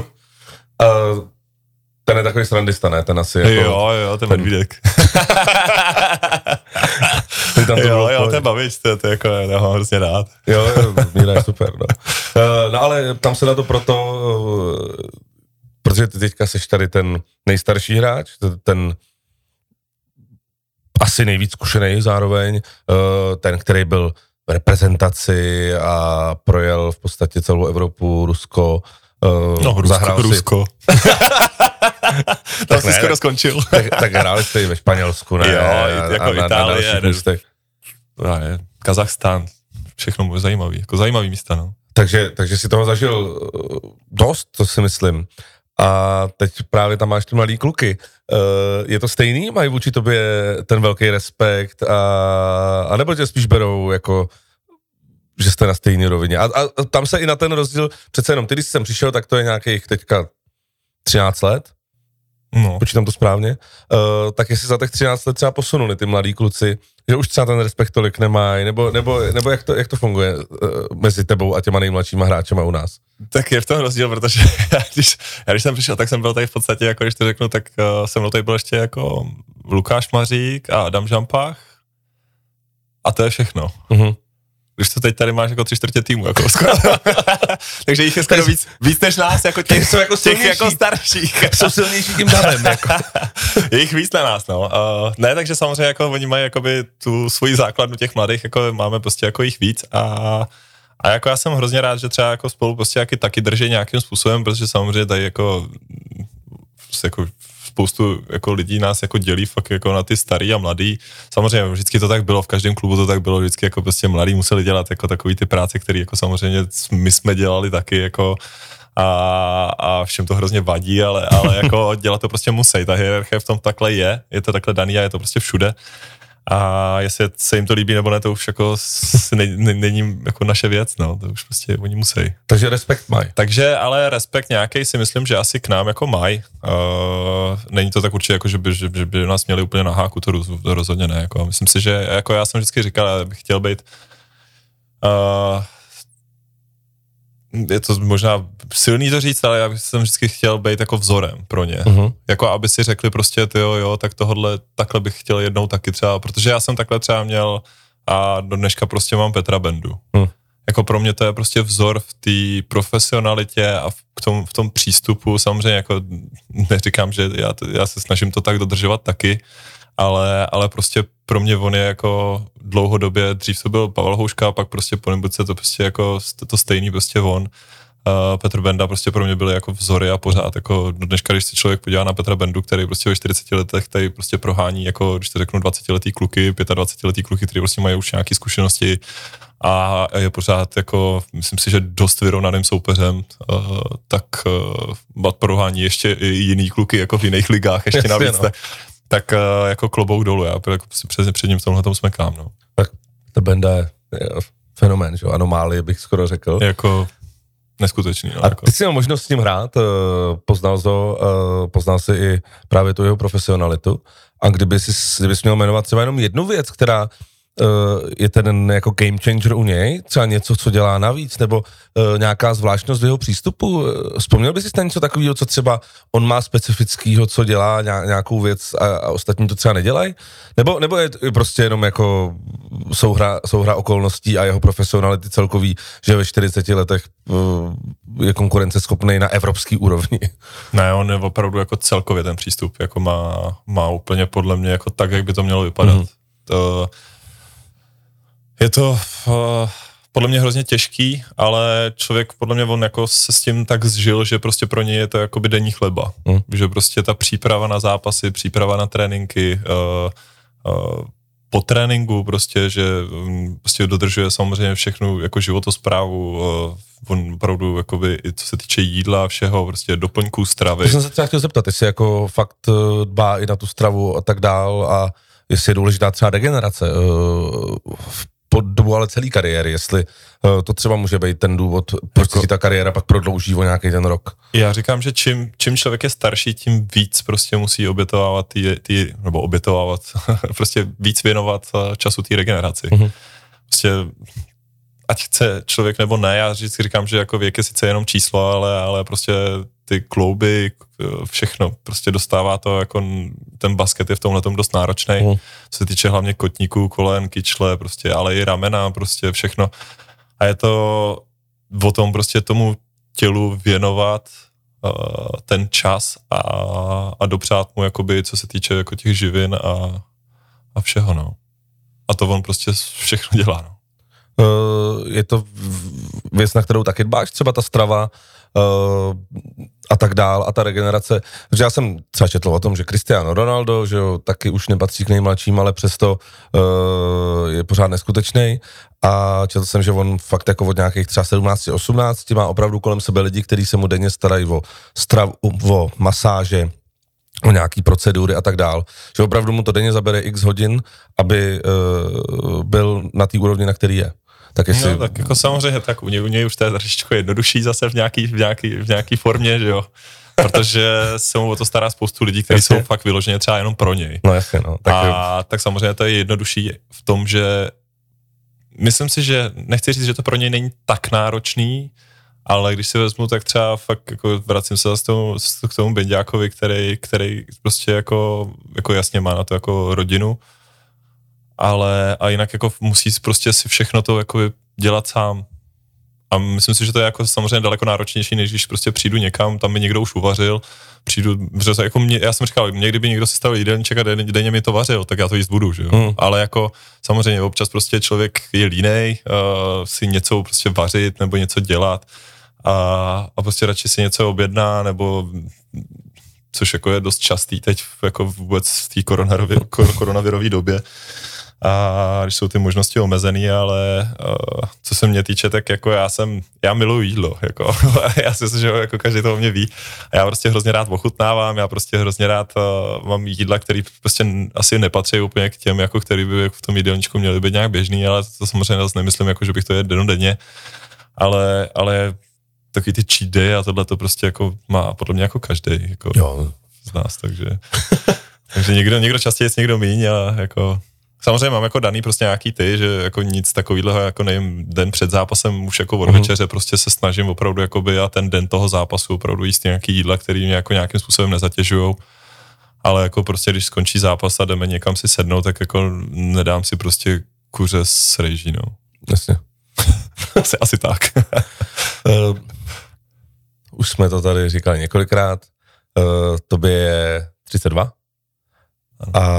S1: uh, ten je takový srandista, ne? Ten asi jako...
S2: Jo, jo, ten medvídek.
S1: tam
S2: jo, jo, ten bavič, to, to jako, já mám hrozně rád.
S1: jo, jo, Míra je super, no. Uh, no ale tam se na to proto, uh, protože ty teďka seš tady ten nejstarší hráč, ten asi nejvíc zkušený zároveň, uh, ten, který byl v reprezentaci a projel v podstatě celou Evropu, Rusko, Uh,
S2: no, Rusko, Rusko. Tam jsi skoro skončil.
S1: tak, tak hráli jste i ve Španělsku, ne?
S2: Jo, jako
S1: a, a
S2: Itálie, na, ne, Kazachstán, všechno zajímavý, jako zajímavý místa, no.
S1: Takže, takže si toho zažil dost, to si myslím. A teď právě tam máš ty mladý kluky. Uh, je to stejný? Mají vůči tobě ten velký respekt? A, a nebo tě spíš berou jako... že jste na stejné rovině. A, a tam se i na ten rozdíl, přece jenom ty, když jsem přišel, tak to je nějakých teďka třináct let, no. Počítám to správně, uh, tak jestli za těch třináct let třeba posunuli ty mladí kluci, že už třeba ten respekt tolik nemají, nebo, nebo, nebo jak, to, jak to funguje uh, mezi tebou a těma nejmladšíma hráčema u nás?
S2: Tak je v tom rozdíl, protože já když, já když jsem přišel, tak jsem byl tady v podstatě, jako když to řeknu, tak uh, jsem tady byl ještě jako Lukáš Mařík a Adam Žampách. a to je všechno.
S1: Mm-hmm.
S2: Když to teď tady máš jako tři čtvrtě týmu, jako skoro. Takže jich je skoro víc, víc než nás, jako těch,
S1: jsou jako,
S2: těch jako starších.
S1: Jsou silnější tím davem, jako.
S2: Je jich víc na nás, no. Uh, ne, takže samozřejmě jako oni mají jakoby tu svoji základnu těch mladých, jako máme prostě jako jich víc a a jako já jsem hrozně rád, že třeba jako spolu prostě taky, taky drží nějakým způsobem, protože samozřejmě tady jako, prostě jako spoustu jako lidí nás jako dělí fakt jako na ty starý a mladý. Samozřejmě vždycky to tak bylo, v každém klubu to tak bylo, vždycky jako prostě mladí museli dělat jako takový ty práce, které jako samozřejmě my jsme dělali taky jako a, a všem to hrozně vadí, ale, ale jako dělat to prostě musí. Ta hierarchie v tom takhle je, je to takhle daný a je to prostě všude. A jestli se jim to líbí nebo ne, to už jako není jako naše věc, no, to už prostě oni musí.
S1: Takže respekt mají.
S2: Takže, ale respekt nějaký si myslím, že asi k nám jako mají. Uh, není to tak určitě jako, že by, že, že by nás měli úplně na háku, to, roz, to rozhodně ne. Jako. Myslím si, že jako já jsem vždycky říkal, já bych chtěl být uh, je to možná silný to říct, ale já jsem vždycky chtěl být jako vzorem pro ně. Uh-huh. Jako aby si řekli prostě, ty jo, jo, tak tohodle, takhle bych chtěl jednou taky třeba, protože já jsem takhle třeba měl a do dneška prostě mám Petra Bendu. Uh-huh. Jako pro mě to je prostě vzor v té profesionalitě a v tom, v tom přístupu, samozřejmě jako neříkám, že já, já se snažím to tak dodržovat taky, ale, ale prostě pro mě on je jako dlouhodobě, dřív to byl Pavel Houška, a pak prostě po nebuďce to prostě jako to stejný prostě on. Uh, Petr Benda prostě pro mě byly jako vzory a pořád jako do dneška, když se člověk podívá na Petra Bendu, který prostě ve čtyřiceti letech tady prostě prohání jako, když to řeknu, dvacetiletý kluky, dvacetipětiletý kluky, kteří prostě mají už nějaké zkušenosti a je pořád jako, myslím si, že dost vyrovnaným soupeřem, uh, tak uh, prohání ještě i jiný kluky jako v jiných ligách, ještě
S1: Jasně,
S2: navíc.
S1: no.
S2: Tak uh, jako klobouk dolů, já jako před, před ním v tomhletom smekám, no.
S1: Tak ta Benda je, je fenomén, že jo, anomálie bych skoro řekl.
S2: Jako neskutečný, no.
S1: A
S2: jako.
S1: ty jsi měl možnost s ním hrát, poznal, to, poznal si i právě tu jeho profesionalitu a kdyby jsi, kdyby jsi měl jmenovat třeba jenom jednu věc, která je ten jako game changer u něj, třeba něco, co dělá navíc, nebo uh, nějaká zvláštnost v jeho přístupu. Vzpomněl bys si na něco takového, co třeba on má specifického, co dělá nějakou věc a, a ostatní to třeba nedělají? Nebo, nebo je prostě jenom jako souhra, souhra okolností a jeho profesionality celkový, že ve čtyřiceti letech uh, je konkurenceschopný na evropský úrovni?
S2: Ne, on je opravdu jako celkově ten přístup, jako má, má úplně podle mě jako tak, jak by to mělo vypadat. Mm-hmm. To, je to uh, podle mě hrozně těžký, ale člověk podle mě on jako se s tím tak zžil, že prostě pro něj je to jakoby denní chleba. Mm. Že prostě ta příprava na zápasy, příprava na tréninky, uh, uh, po tréninku prostě, že um, prostě dodržuje samozřejmě všechnu jako životosprávu, uh, on opravdu jakoby i co se týče jídla a všeho, prostě doplňků stravy.
S1: To jsem se třeba chtěl zeptat, jestli jako fakt dbá i na tu stravu a tak dál a jestli je důležitá třeba regenerace uh, po dobu ale celý kariéry, jestli uh, to třeba může být ten důvod, proč jako, si ta kariéra pak prodlouží o nějaký ten rok.
S2: Já říkám, že čím, čím člověk je starší, tím víc prostě musí obětovávat ty, ty nebo obětovávat, prostě víc věnovat času té regeneraci. Mm-hmm. Prostě ať chce člověk nebo ne, já vždycky říkám, že jako věk je sice jenom číslo, ale, ale prostě ty klouby, všechno, prostě dostává to, jako ten basket je v tomhletom dost náročnej, mm. co se týče hlavně kotníků, kolen, kyčle, prostě, ale i ramena, prostě všechno. A je to o tom prostě tomu tělu věnovat uh, ten čas a, a dopřát mu, jakoby, co se týče jako těch živin a, a všeho, no. A to on prostě všechno dělá, no.
S1: Uh, je to věc, na kterou taky dbáš, třeba ta strava uh, a tak dál a ta regenerace, protože já jsem třeba četl o tom, že Cristiano Ronaldo, že jo, taky už nepatří k nejmladším, ale přesto uh, je pořád neskutečnej a četl jsem, že on fakt jako od nějakých třeba sedmnáct osmnáct má opravdu kolem sebe lidi, kteří se mu denně starají o stravu, o masáže, o nějaký procedury a tak dál, že opravdu mu to denně zabere x hodin, aby uh, byl na té úrovni, na který je. Tak, jestli...
S2: no, tak jako samozřejmě, tak u něj, u něj už to je trošičku jednodušší zase v nějaký, v nějaký, v nějaký formě, že jo, protože se mu o to stará spoustu lidí, kteří jsou fakt vyloženě třeba jenom pro něj.
S1: No jasně, no. Tak
S2: a je... tak samozřejmě to je jednodušší v tom, že myslím si, že nechci říct, že to pro něj není tak náročný, ale když si vezmu, tak třeba fakt jako vracím se zase tomu, k tomu Benďákovi, který, který prostě jako, jako jasně má na to jako rodinu ale a jinak jako musí prostě si všechno to jako dělat sám. A myslím si, že to je jako samozřejmě daleko náročnější, než když prostě přijdu někam, tam mi někdo už uvařil, přijdu, že jako mě, já jsem říkal, mě kdyby někdo si stavil jídelníček a denně mi to vařil, tak já to jíst budu, že jo. Hmm. Ale jako samozřejmě občas prostě člověk je línej, uh, si něco prostě vařit nebo něco dělat a, a prostě radši si něco objedná, nebo což jako je dost častý teď jako vůbec v té koronavirové době. A když jsou ty možnosti omezený, ale uh, co se mě týče, tak jako já jsem, já miluji jídlo, jako, já si myslím, že jako každý to o mě ví a já prostě hrozně rád ochutnávám, já prostě hrozně rád uh, mám jídla, který prostě asi nepatří úplně k těm, jako který by v tom jídelníčku měly být nějak běžný, ale to samozřejmě zase nemyslím, jako, že bych to jedl dennodenně, ale, ale takový ty cheat day a tohle to prostě jako má podle mě jako každý jako z nás, takže, takže někdo, někdo častěji, někdo míň a jako samozřejmě mám jako daný prostě nějaký ty, že jako nic takového, jako nevím, den před zápasem už jako od večeře prostě se snažím opravdu jakoby a ten den toho zápasu opravdu jíst nějaký jídla, který mě jako nějakým způsobem nezatěžujou, ale jako prostě když skončí zápas a jdeme někam si sednout, tak jako nedám si prostě kuře s rejží, no.
S1: Jasně.
S2: asi, asi tak.
S1: uh, už jsme to tady říkali několikrát, uh, tobě je třicet dva a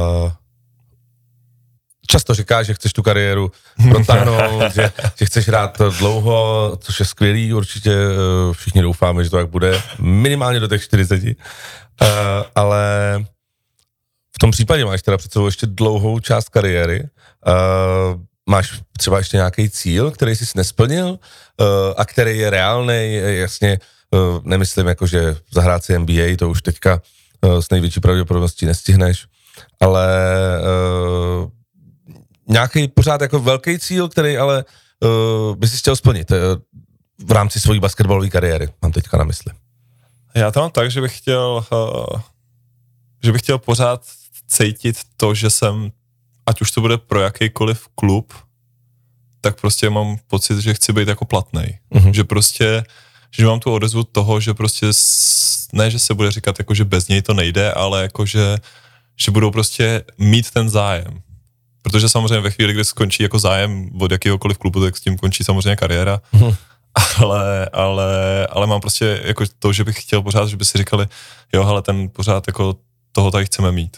S1: často říkáš, že chceš tu kariéru protáhnout, že, že chceš hrát dlouho, což je skvělý, určitě všichni doufáme, že to tak bude, minimálně do těch čtyřiceti, uh, ale v tom případě máš teda před sebou ještě dlouhou část kariéry, uh, máš třeba ještě nějaký cíl, který jsi nesplnil uh, a který je reálnej, jasně, uh, nemyslím jako, že zahrát si N B A, to už teďka uh, s největší pravděpodobností nestihneš, ale uh, nějaký pořád jako velký cíl, který ale uh, by si chtěl splnit uh, v rámci svojí basketbalové kariéry, mám teďka na mysli.
S2: Já to mám tak, že bych chtěl, uh, že bych chtěl pořád cítit to, že jsem, ať už to bude pro jakýkoliv klub, tak prostě mám pocit, že chci být jako platnej. Uh-huh. Že prostě, že mám tu odezvu toho, že prostě, ne, že se bude říkat jako, že bez něj to nejde, ale jako, že, že budou prostě mít ten zájem. Protože samozřejmě ve chvíli, kdy skončí jako zájem od jakéhokoliv klubu, tak s tím končí samozřejmě kariéra. Hmm. Ale, ale, ale mám prostě jako to, že bych chtěl pořád, že by si říkali, jo, ale ten pořád jako toho tady chceme mít.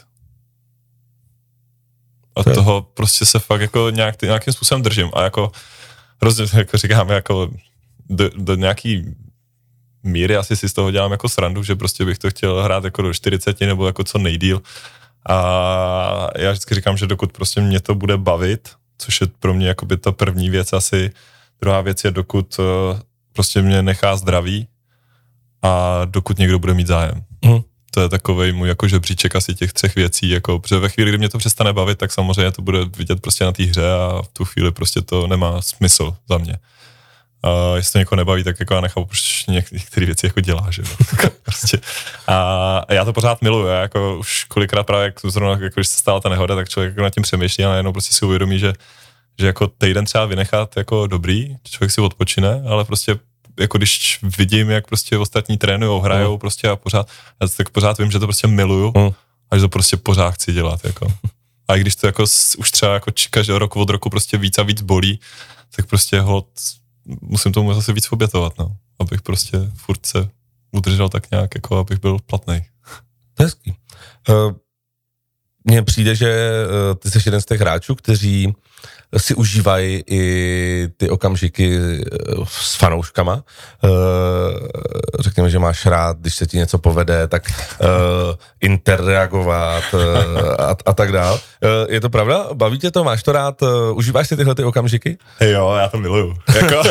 S2: A okay. Toho prostě se fakt jako nějak, nějakým způsobem držím. A jako hrozně, jako říkám, jako do, do nějaký míry asi si z toho dělám jako srandu, že prostě bych to chtěl hrát jako do čtyřiceti nebo jako co nejdýl. A já vždycky říkám, že dokud prostě mě to bude bavit, což je pro mě jakoby ta první věc asi, druhá věc je dokud uh, prostě mě nechá zdraví a dokud někdo bude mít zájem. Mm. To je takovej můj jako žebříček asi těch třech věcí, jako, protože ve chvíli, kdy mě to přestane bavit, tak samozřejmě to bude vidět prostě na té hře a v tu chvíli prostě to nemá smysl za mě. A jestli to někoho nebaví, tak jako já nechápu, proč některé věci jako dělá, že prostě. A já to pořád miluji, já jako už kolikrát právě, jak zrovna, jako když se stala ta nehoda, tak člověk jako nad tím přemýšlí a najednou prostě si uvědomí, že, že jako týden třeba vynechat jako dobrý, člověk si odpočine, ale prostě jako když vidím, jak prostě ostatní trénujou, hrajou mm. prostě a pořád, já tak pořád vím, že to prostě miluju mm. a že to prostě pořád chci dělat, jako. A i když to jako už třeba jako každý rok od roku prostě víc a víc bolí, tak prostě hod musím tomu zase víc obětovat, no. Abych prostě furt se udržel tak nějak, jako abych byl platnej.
S1: To je hezký. Uh, mně přijde, že uh, ty jsi jeden z těch hráčů, kteří si užívají i ty okamžiky uh, s fanouškama. Uh, řekněme, že máš rád, když se ti něco povede, tak uh, interreagovat uh, a, a tak dál. Uh, je to pravda? Baví tě to? Máš to rád? Uh, užíváš si tyhle ty okamžiky?
S2: Jo, já to miluju. Jako,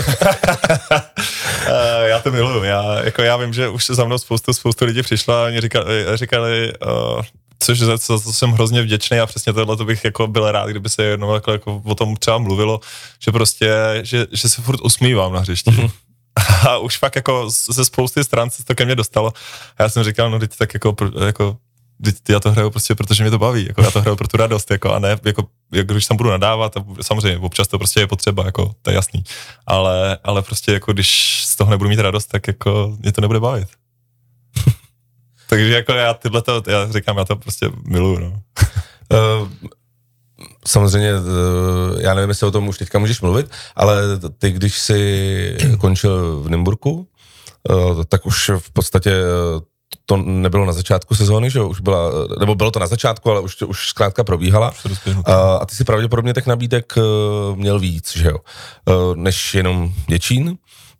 S2: já to miluju. Já, jako, já vím, že už za mnou spoustu, spoustu lidí přišla a oni říkali, říkali uh, což za co jsem hrozně vděčný a přesně tohle to bych jako byl rád, kdyby se jednou jako, jako o tom třeba mluvilo, že prostě, že, že se furt usmívám na hřišti. Mm-hmm. A už fakt jako ze spousty stran se to ke mně dostalo. A já jsem říkal, no teď tak jako, jako teď já to hraju prostě, protože mě to baví, jako já to hraju pro tu radost, jako a ne, jako, jako když tam budu nadávat, a samozřejmě občas to prostě je potřeba, jako to je jasný, ale, ale prostě jako když z toho nebudu mít radost, tak jako mě to nebude bavit. Takže jako já tyhle to, já říkám, já to prostě miluju, no.
S1: Uh, samozřejmě, já nevím, jestli o tom už teďka můžeš mluvit, ale ty, když jsi končil v Nymburku, tak už v podstatě to nebylo na začátku sezóny, že už byla, nebo bylo to na začátku, ale už, už zkrátka probíhala. A, a ty si pravděpodobně těch nabídek měl víc, že jo, než jenom Děčín.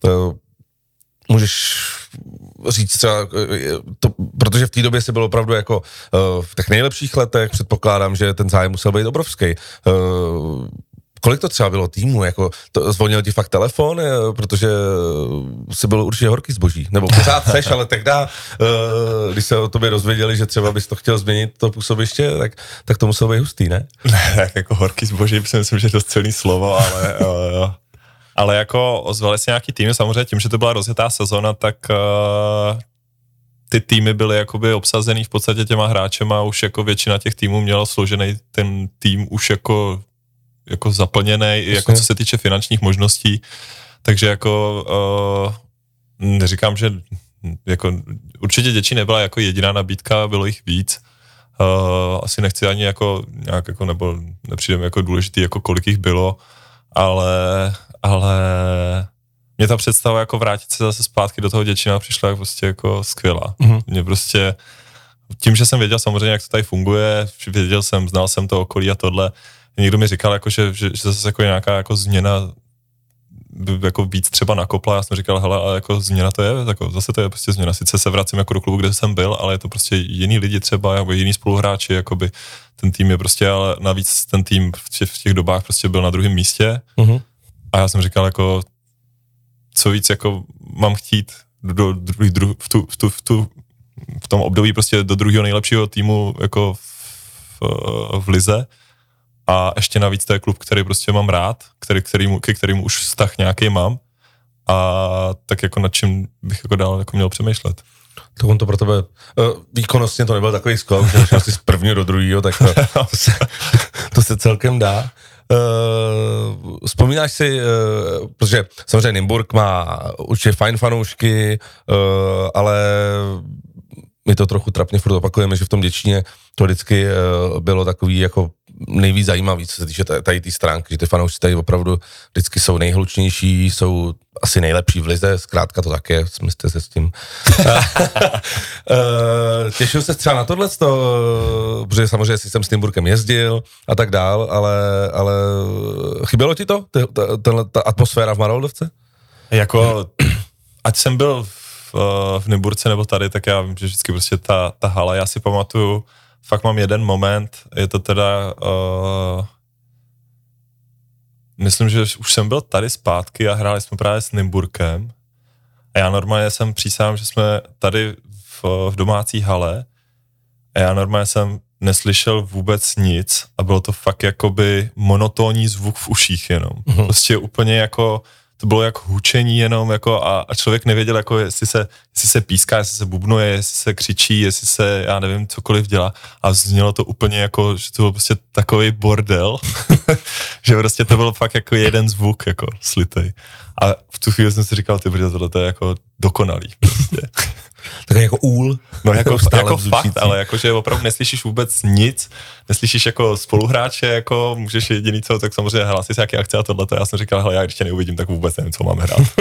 S1: Můžeš říct třeba, to, protože v té době si byl opravdu jako v těch nejlepších letech, předpokládám, že ten zájem musel být obrovský. Kolik to třeba bylo týmu, jako to, zvonil ti fakt telefon, protože jsi byl určitě horký zboží, nebo pořád seš, ale tehda, když se o tobě dozvěděli, že třeba bys to chtěl změnit, to působiště, tak, tak to muselo být hustý, ne?
S2: Ne, tak jako horký zboží, myslím, že je to celý slovo, ale... jo. Ale jako ozvali se nějaký týmy, samozřejmě tím, že to byla rozjetá sezona, tak uh, ty týmy byly jakoby obsazený v podstatě těma hráčema, už jako většina těch týmů měla složený ten tým už jako, jako zaplněný, jako co se týče finančních možností, takže jako uh, neříkám, že jako určitě Děčín nebyla jako jediná nabídka, bylo jich víc. Uh, asi nechci ani jako nějak jako, nebo nepřijde mi jako důležitý, jako kolik jich bylo, ale ale mě ta představa jako vrátit se zase zpátky do toho Děčína přišla prostě jako skvělá. Mm-hmm. Mě prostě, tím, že jsem věděl samozřejmě, jak to tady funguje, věděl jsem, znal jsem to okolí a tohle, někdo mi říkal, jako, že, že, že zase jako nějaká jako změna by jako víc třeba nakopla, já jsem říkal, hele, ale jako změna to je, jako zase to je prostě změna, sice se vracím jako do klubu, kde jsem byl, ale je to prostě jiný lidi třeba, jako jiný spoluhráči, jakoby ten tým je prostě, ale navíc ten tým v těch, v těch dobách prostě byl na druhém místě. Mm-hmm. A já jsem říkal, jako, co víc jako mám chtít do druhý, dru, v, tu, v, tu, v, tu, v tom období prostě do druhého nejlepšího týmu jako v, v lize. A ještě navíc to je klub, který prostě mám rád, který, kterýmu, ke kterému už vztah nějaký mám. A tak jako nad čím bych jako dál jako měl přemýšlet.
S1: To on to pro tebe, uh, výkonnostně to nebyl takový skok, že šel si z prvního do druhého, tak to, to, se, to se celkem dá. Uh, vzpomínáš si, uh, protože samozřejmě Nymburk má určitě fajn fanoušky, uh, ale my to trochu trapně furt opakujeme, že v tom Děčíně to vždycky uh, bylo takový jako nejvíc zajímavý, co se týče tady té stránky, že ty fanoušci tady opravdu vždycky jsou nejhlučnější, jsou asi nejlepší v lize, zkrátka to tak je, smyslíte se s tím. Těšil se třeba na tohle, protože samozřejmě jsem s Nymburkem jezdil a tak dál, ale, ale chybělo ti to, tenhle, ta atmosféra v Maroldovce?
S2: Jako, ať jsem byl v, v Nymburce nebo tady, tak já vím, že vždycky prostě ta, ta hala, já si pamatuju, fakt mám jeden moment, je to teda, uh, myslím, že už jsem byl tady zpátky a hráli jsme právě s Nymburkem a já normálně jsem přísahám, že jsme tady v, v domácí hale a já normálně jsem neslyšel vůbec nic a bylo to fakt jakoby monotónní zvuk v uších jenom. Mm-hmm. Prostě úplně jako, to bylo jak hučení jenom jako a, a člověk nevěděl, jako jestli se, jestli se píská, jestli se bubnuje, jestli se křičí, jestli se, já nevím, cokoliv dělá a znělo to úplně jako, že to byl prostě takový bordel, že prostě to byl fakt jako jeden zvuk jako slitej. A v tu chvíli jsem si říkal, ty brďo, tohle to je jako dokonalý prostě.
S1: Takový jako úl.
S2: No jako, jako fakt, ale jakože opravdu neslyšíš vůbec nic, neslyšíš jako spoluhráče, jako můžeš jediný co, tak samozřejmě hlásit nějaké akce a tohleto. Já jsem říkal, hele, já když tě neuvidím, tak vůbec nevím, co mám hrát.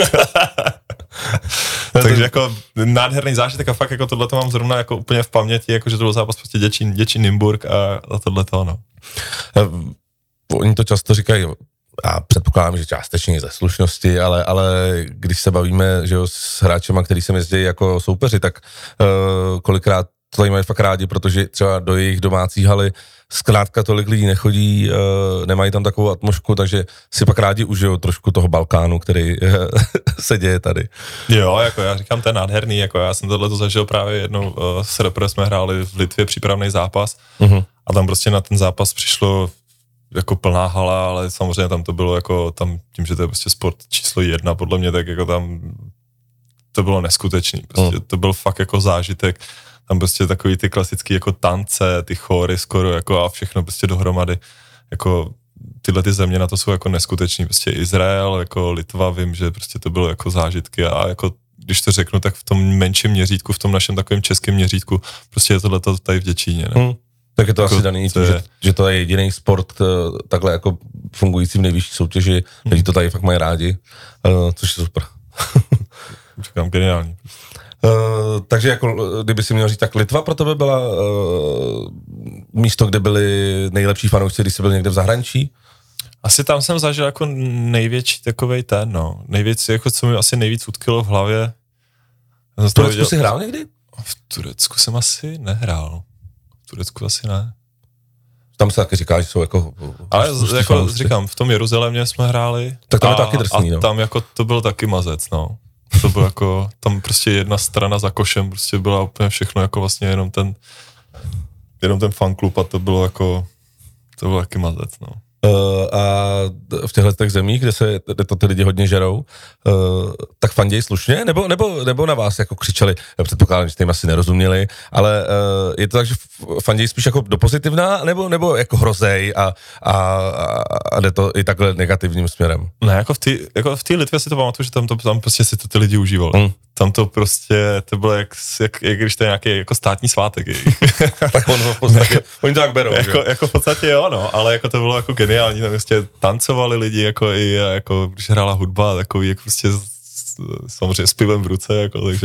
S2: Takže jako nádherný zážitek a fakt jako tohleto mám zrovna jako úplně v paměti, jakože to byl zápas prostě Děčín, Děčín Nymburk a, a tohleto, no.
S1: Oni to často říkají, já předpokládám, že částečně ze slušnosti, ale, ale když se bavíme, že jo, s hráčema, který se jezdí jako soupeři, tak uh, kolikrát to tady mají fakt rádi, protože třeba do jejich domácí haly zkrátka tolik lidí nechodí, uh, nemají tam takovou atmosféru, takže si pak rádi užijou trošku toho Balkánu, který uh, se děje tady.
S2: Jo, jako já říkám, to je nádherný, jako já jsem tohle to zažil právě jednou, uh, s Repre jsme hráli v Litvě přípravný zápas uh-huh. a tam prostě na ten zápas přišlo jako plná hala, ale samozřejmě tam to bylo jako, tam tím, že to je prostě sport číslo jedna, podle mě, tak jako tam to bylo neskutečný, prostě mm. to byl fakt jako zážitek, tam prostě takový ty klasický jako tance, ty chóry skoro jako a všechno prostě dohromady, jako tyhle ty země na to jsou jako neskutečný, prostě Izrael, jako Litva, vím, že prostě to bylo jako zážitky a jako když to řeknu, tak v tom menším měřítku, v tom našem takovém českém měřítku, prostě je tohleto tady v Děčíně, ne? Mm.
S1: Tak je to
S2: jako,
S1: asi daný tím, že, že to je jediný sport takhle jako fungující v nejvyšší soutěži, hmm. lidi to tady fakt mají rádi, uh, což je super.
S2: Říkám, geniální.
S1: Uh, takže jako, kdyby si měl říct, tak Litva pro tebe byla uh, místo, kde byli nejlepší fanoušci, když jsi byl někde v zahraničí?
S2: Asi tam jsem zažil jako největší takovej ten, no. Nejvěc, jako co mi asi nejvíc utkilo v hlavě.
S1: V Turecku viděl... jsi hrál někdy?
S2: V Turecku jsem asi nehrál. V Turecku asi ne.
S1: Tam se taky říká, že jsou jako...
S2: Ale jako fanoušci. Říkám, v tom Jeruzalémě jsme hráli.
S1: Tak tam je to taky drsný,
S2: a
S1: no.
S2: tam jako to byl taky mazec, no. To bylo jako, tam prostě jedna strana za košem, prostě byla úplně všechno jako vlastně jenom ten, jenom ten fanklub a to bylo jako, to bylo taky mazec, no.
S1: Uh, a v těchto těch zemích, kde se kde to ty lidi hodně žerou, uh, tak fandějí slušně, nebo, nebo, nebo na vás jako křičeli, já předpokládám, že jste jim asi nerozuměli, ale uh, je to tak, že fandějí spíš jako do pozitivna, nebo, nebo jako hrozej a, a, a jde to i takhle negativním směrem?
S2: Ne, jako v té jako v Litvě si to pamatuju, že tam, to, tam prostě si to ty lidi užívali. Hmm. Tam to prostě, to bylo jak, jak, jak když to je nějaký jako státní svátek.
S1: Tak on v podstatě, jako, oni to tak berou.
S2: Jako, jako v podstatě jo, no, ale jako to bylo jako geniální, tam prostě tancovali lidi, jako i jako když hrála hudba, takový jako prostě samozřejmě s pivem v ruce, jako, takže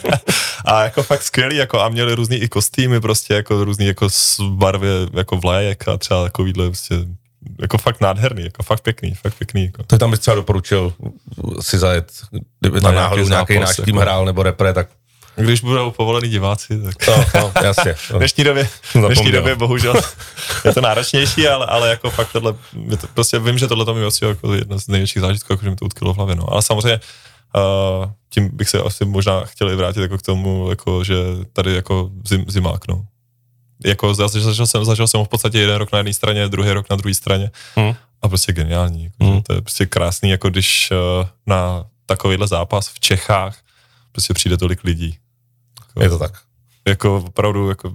S2: a jako fakt skvělý, jako a měli různý i kostýmy, prostě jako různý jako barvy, jako vlajek a třeba takovýhle prostě jako fakt nádherný, jako fakt pěkný, fakt pěkný. Jako.
S1: To tam bys třeba doporučil si zajet, kdyby tam náhodou nějaký náš tým jako hrál nebo repre, tak...
S2: Když budou povolený diváci, tak...
S1: No, no, jasně.
S2: V dnešní době, v dnešní době bohužel je to náročnější, ale, ale jako fakt tohle, to, prostě vím, že tohle to mi vlastně jako jedno z největších zážitků, jako že mi to utkilo v hlavě, no. Ale samozřejmě uh, tím bych se asi možná chtěl vrátit jako k tomu, jako, že tady jako zim, zimák, no. Jako zažil jsem, zažil jsem v podstatě jeden rok na jedné straně, druhý rok na druhé straně hmm. a prostě geniální. Jako, hmm. To je prostě krásný, jako když uh, na takovýhle zápas v Čechách prostě přijde tolik lidí. Jako,
S1: je to tak.
S2: Jako opravdu, jako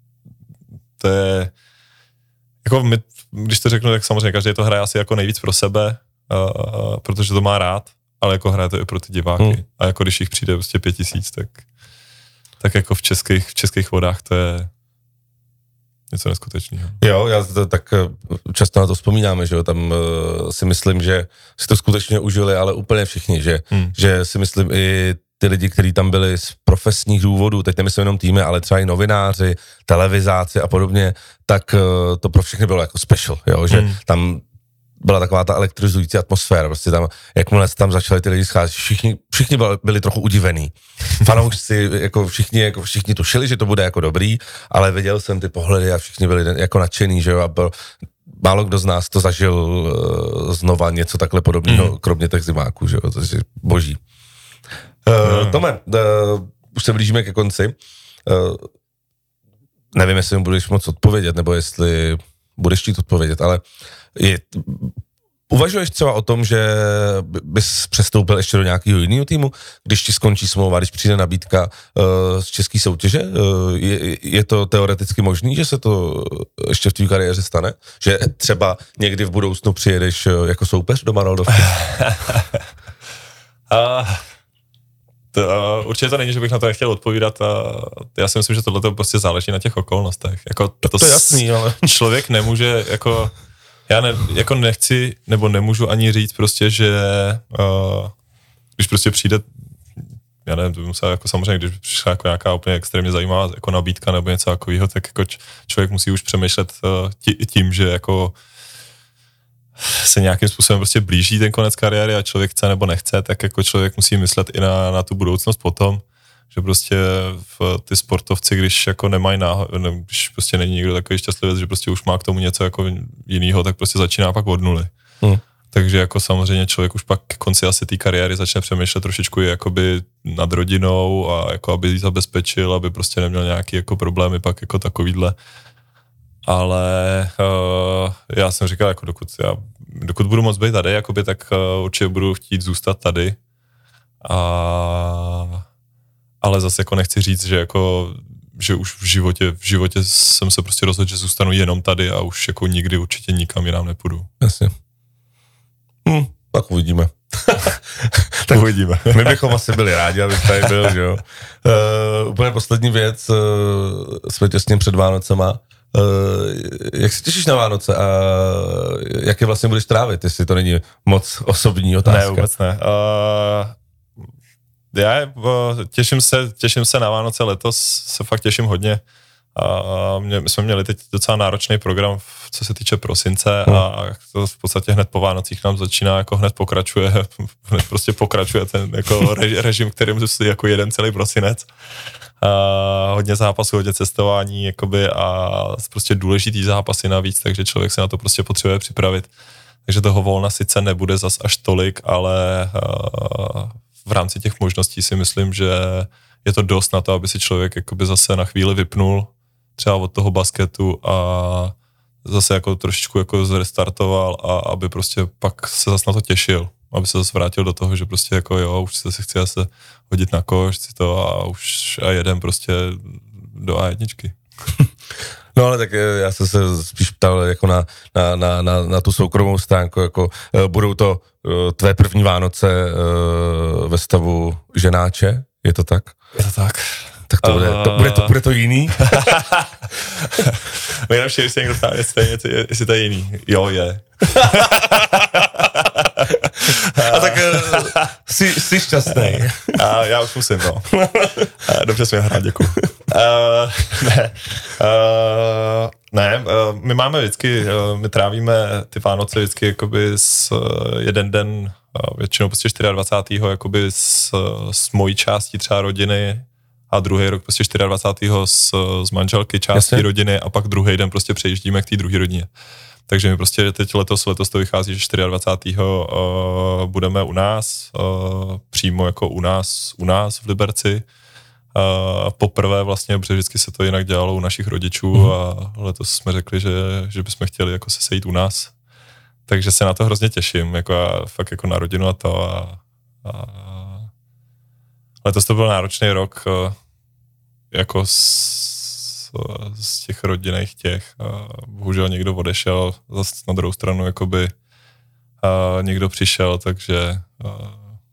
S2: to je, jako my, když to řeknu, tak samozřejmě každý to hraje asi jako nejvíc pro sebe, uh, protože to má rád, ale jako hraje to i pro ty diváky. Hmm. A jako když jich přijde prostě pět tisíc, tak, tak jako v českých, v českých vodách to je něco neskutečného.
S1: Jo, já to, tak často na to vzpomínáme, že jo, tam uh, si myslím, že si to skutečně užili, ale úplně všichni, že, hmm. že si myslím i ty lidi, kteří tam byli z profesních důvodů, teď nemyslím jenom týmy, ale třeba i novináři, televizáci a podobně, tak uh, to pro všechny bylo jako special, jo, že hmm. tam byla taková ta elektrizující atmosféra, prostě tam, jakmile tam začali ty lidi scházet, všichni, všichni byli, byli trochu udivení. Fanoušci, jako všichni, jako všichni tušili, že to bude jako dobrý, ale viděl jsem ty pohledy a všichni byli jako nadšený, že jo, a byl, málo kdo z nás to zažil uh, znova něco takhle podobného, mm. kromě těch zimáků, že jo, to je boží. Uh, mm. Tome, uh, už se blížíme ke konci. Uh, nevím, jestli mi budeš moc odpovědět, nebo jestli budeš chtít odpovědět, ale je, uvažuješ třeba o tom, že bys přestoupil ještě do nějakého jiného týmu, když ti skončí smlouva, když přijde nabídka uh, z české soutěže? Uh, je, je to teoreticky možný, že se to ještě v tvý kariéře stane? Že třeba někdy v budoucnu přijedeš uh, jako soupeř do Maroldovky?
S2: uh, to, uh, určitě to není, že bych na to nechtěl odpovídat. Uh, já si myslím, že tohle prostě záleží na těch okolnostech. Jako, to,
S1: to je jasný, ale...
S2: Člověk nemůže jako... Já ne, jako nechci, nebo nemůžu ani říct prostě, že uh, když prostě přijde, já nevím, to by musel jako samozřejmě, když by přišla jako nějaká úplně extrémně zajímavá jako nabídka nebo něco takového, tak jako č, člověk musí už přemýšlet uh, tí, tím, že jako se nějakým způsobem prostě blíží ten konec kariéry a člověk chce nebo nechce, tak jako člověk musí myslet i na, na tu budoucnost potom, že prostě v, ty sportovci, když jako nemají náhod, ne, když prostě není někdo takový šťastlivec, že prostě už má k tomu něco jako jinýho, tak prostě začíná pak od nuly. Hmm. Takže jako samozřejmě člověk už pak k konci asi té kariéry začne přemýšlet trošičku jakoby nad rodinou a jako aby ji zabezpečil, aby prostě neměl nějaký jako problémy pak jako takovýhle. Ale uh, já jsem říkal, jako dokud, já, dokud budu moc být tady, jakoby, tak uh, určitě budu chtít zůstat tady. A ale zase jako nechci říct, že jako, že už v životě, v životě jsem se prostě rozhodl, že zůstanu jenom tady a už jako nikdy určitě nikam jinam nepůjdu.
S1: Jasně. Hm, tak uvidíme.
S2: Tak uvidíme.
S1: My bychom asi byli rádi, aby tady byl, že jo. Uh, úplně poslední věc, uh, jsme těsně před Vánocema. jak se těšíš na Vánoce a jak je vlastně budeš trávit, jestli to není moc osobní otázka?
S2: Ne, vůbec ne. Uh, já uh, těším se, těším se na Vánoce letos, se fakt těším hodně. Uh, mě, my jsme měli teď docela náročný program, co se týče prosince hmm. a to v podstatě hned po Vánocích nám začíná, jako hned pokračuje, hned prostě pokračuje ten jako režim, kterým je jako jeden celý prosinec. Uh, hodně zápasů, hodně cestování jakoby, a prostě důležitý zápasy navíc, takže člověk se na to prostě potřebuje připravit. Takže toho volna sice nebude zas až tolik, ale uh, v rámci těch možností si myslím, že je to dost na to, aby si člověk jakoby zase na chvíli vypnul třeba od toho basketu a zase jako trošičku jako zrestartoval a aby prostě pak se zase na to těšil. Aby se zase vrátil do toho, že prostě jako jo, už se chci se hodit na koš, si to a už a jedem prostě do á jedničky.
S1: No ale tak já jsem se spíš ptal jako na, na, na, na, na tu soukromou stránku, jako budou to tvé první Vánoce ve stavu ženáče, je to tak?
S2: Je to tak.
S1: Tak to bude, to, bude, to, bude to jiný?
S2: Nejlepší, když se někdo ptá, jestli, jestli to je jiný. Jo, je.
S1: A tak jsi, jsi šťastný.
S2: A já už musím, no. Dobře jsi mě hrát, děkuju. Uh, ne, uh, ne uh, my máme vždycky, uh, my trávíme ty Vánoce vždycky jakoby s uh, jeden den, uh, většinou prostě dvacátého čtvrtého jakoby s, s mojí částí třeba rodiny a druhý rok prostě dvacátého čtvrtého s, s manželky částí Jasně. rodiny a pak druhý den prostě přejíždíme k té druhé rodině. Takže my prostě teď letos, letos to vychází, že dvacátého čtvrtého Uh, budeme u nás, uh, přímo jako u nás, u nás v Liberci. Uh, poprvé vlastně, protože vždycky se to jinak dělalo u našich rodičů mm. a letos jsme řekli, že, že bychom chtěli jako se sejít u nás. Takže se na to hrozně těším, jako a fakt jako na rodinu a to. A, a letos to byl náročný rok uh, jako z, z těch rodinných těch. Uh, bohužel někdo odešel, zase na druhou stranu jakoby uh, někdo přišel, takže uh,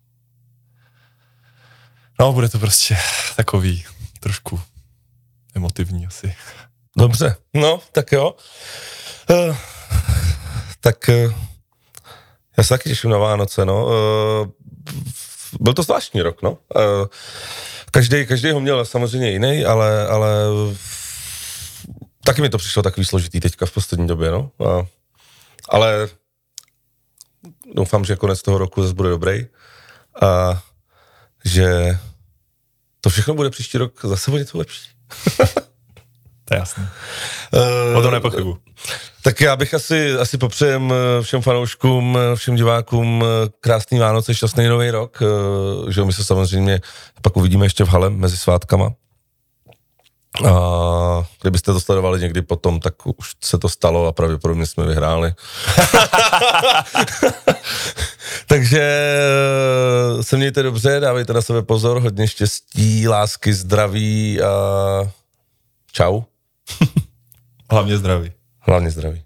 S2: no, bude to prostě takový trošku emotivní asi.
S1: Dobře, no, tak jo. Uh, tak uh, já se taky těším na Vánoce, no. Uh, byl to zvláštní rok, no. Uh, každý, každý ho měl samozřejmě jiný, ale, ale taky mi to přišlo takový složitý teďka v poslední době, no. Uh, ale doufám, že konec toho roku zase bude dobrý. A že to všechno bude příští rok zase o něco lepší.
S2: To je jasné. Uh, o tom nepochybu.
S1: Tak já bych asi, asi popřejem všem fanouškům, všem divákům krásný Vánoce, šťastný nový rok, že my se samozřejmě pak uvidíme ještě v hale mezi svátkama. A kdybyste to sledovali někdy potom, tak už se to stalo a pravděpodobně jsme vyhráli. Takže se mějte dobře, dávejte na sebe pozor, hodně štěstí, lásky, zdraví a čau.
S2: Hlavně zdraví.
S1: Hlavně zdraví.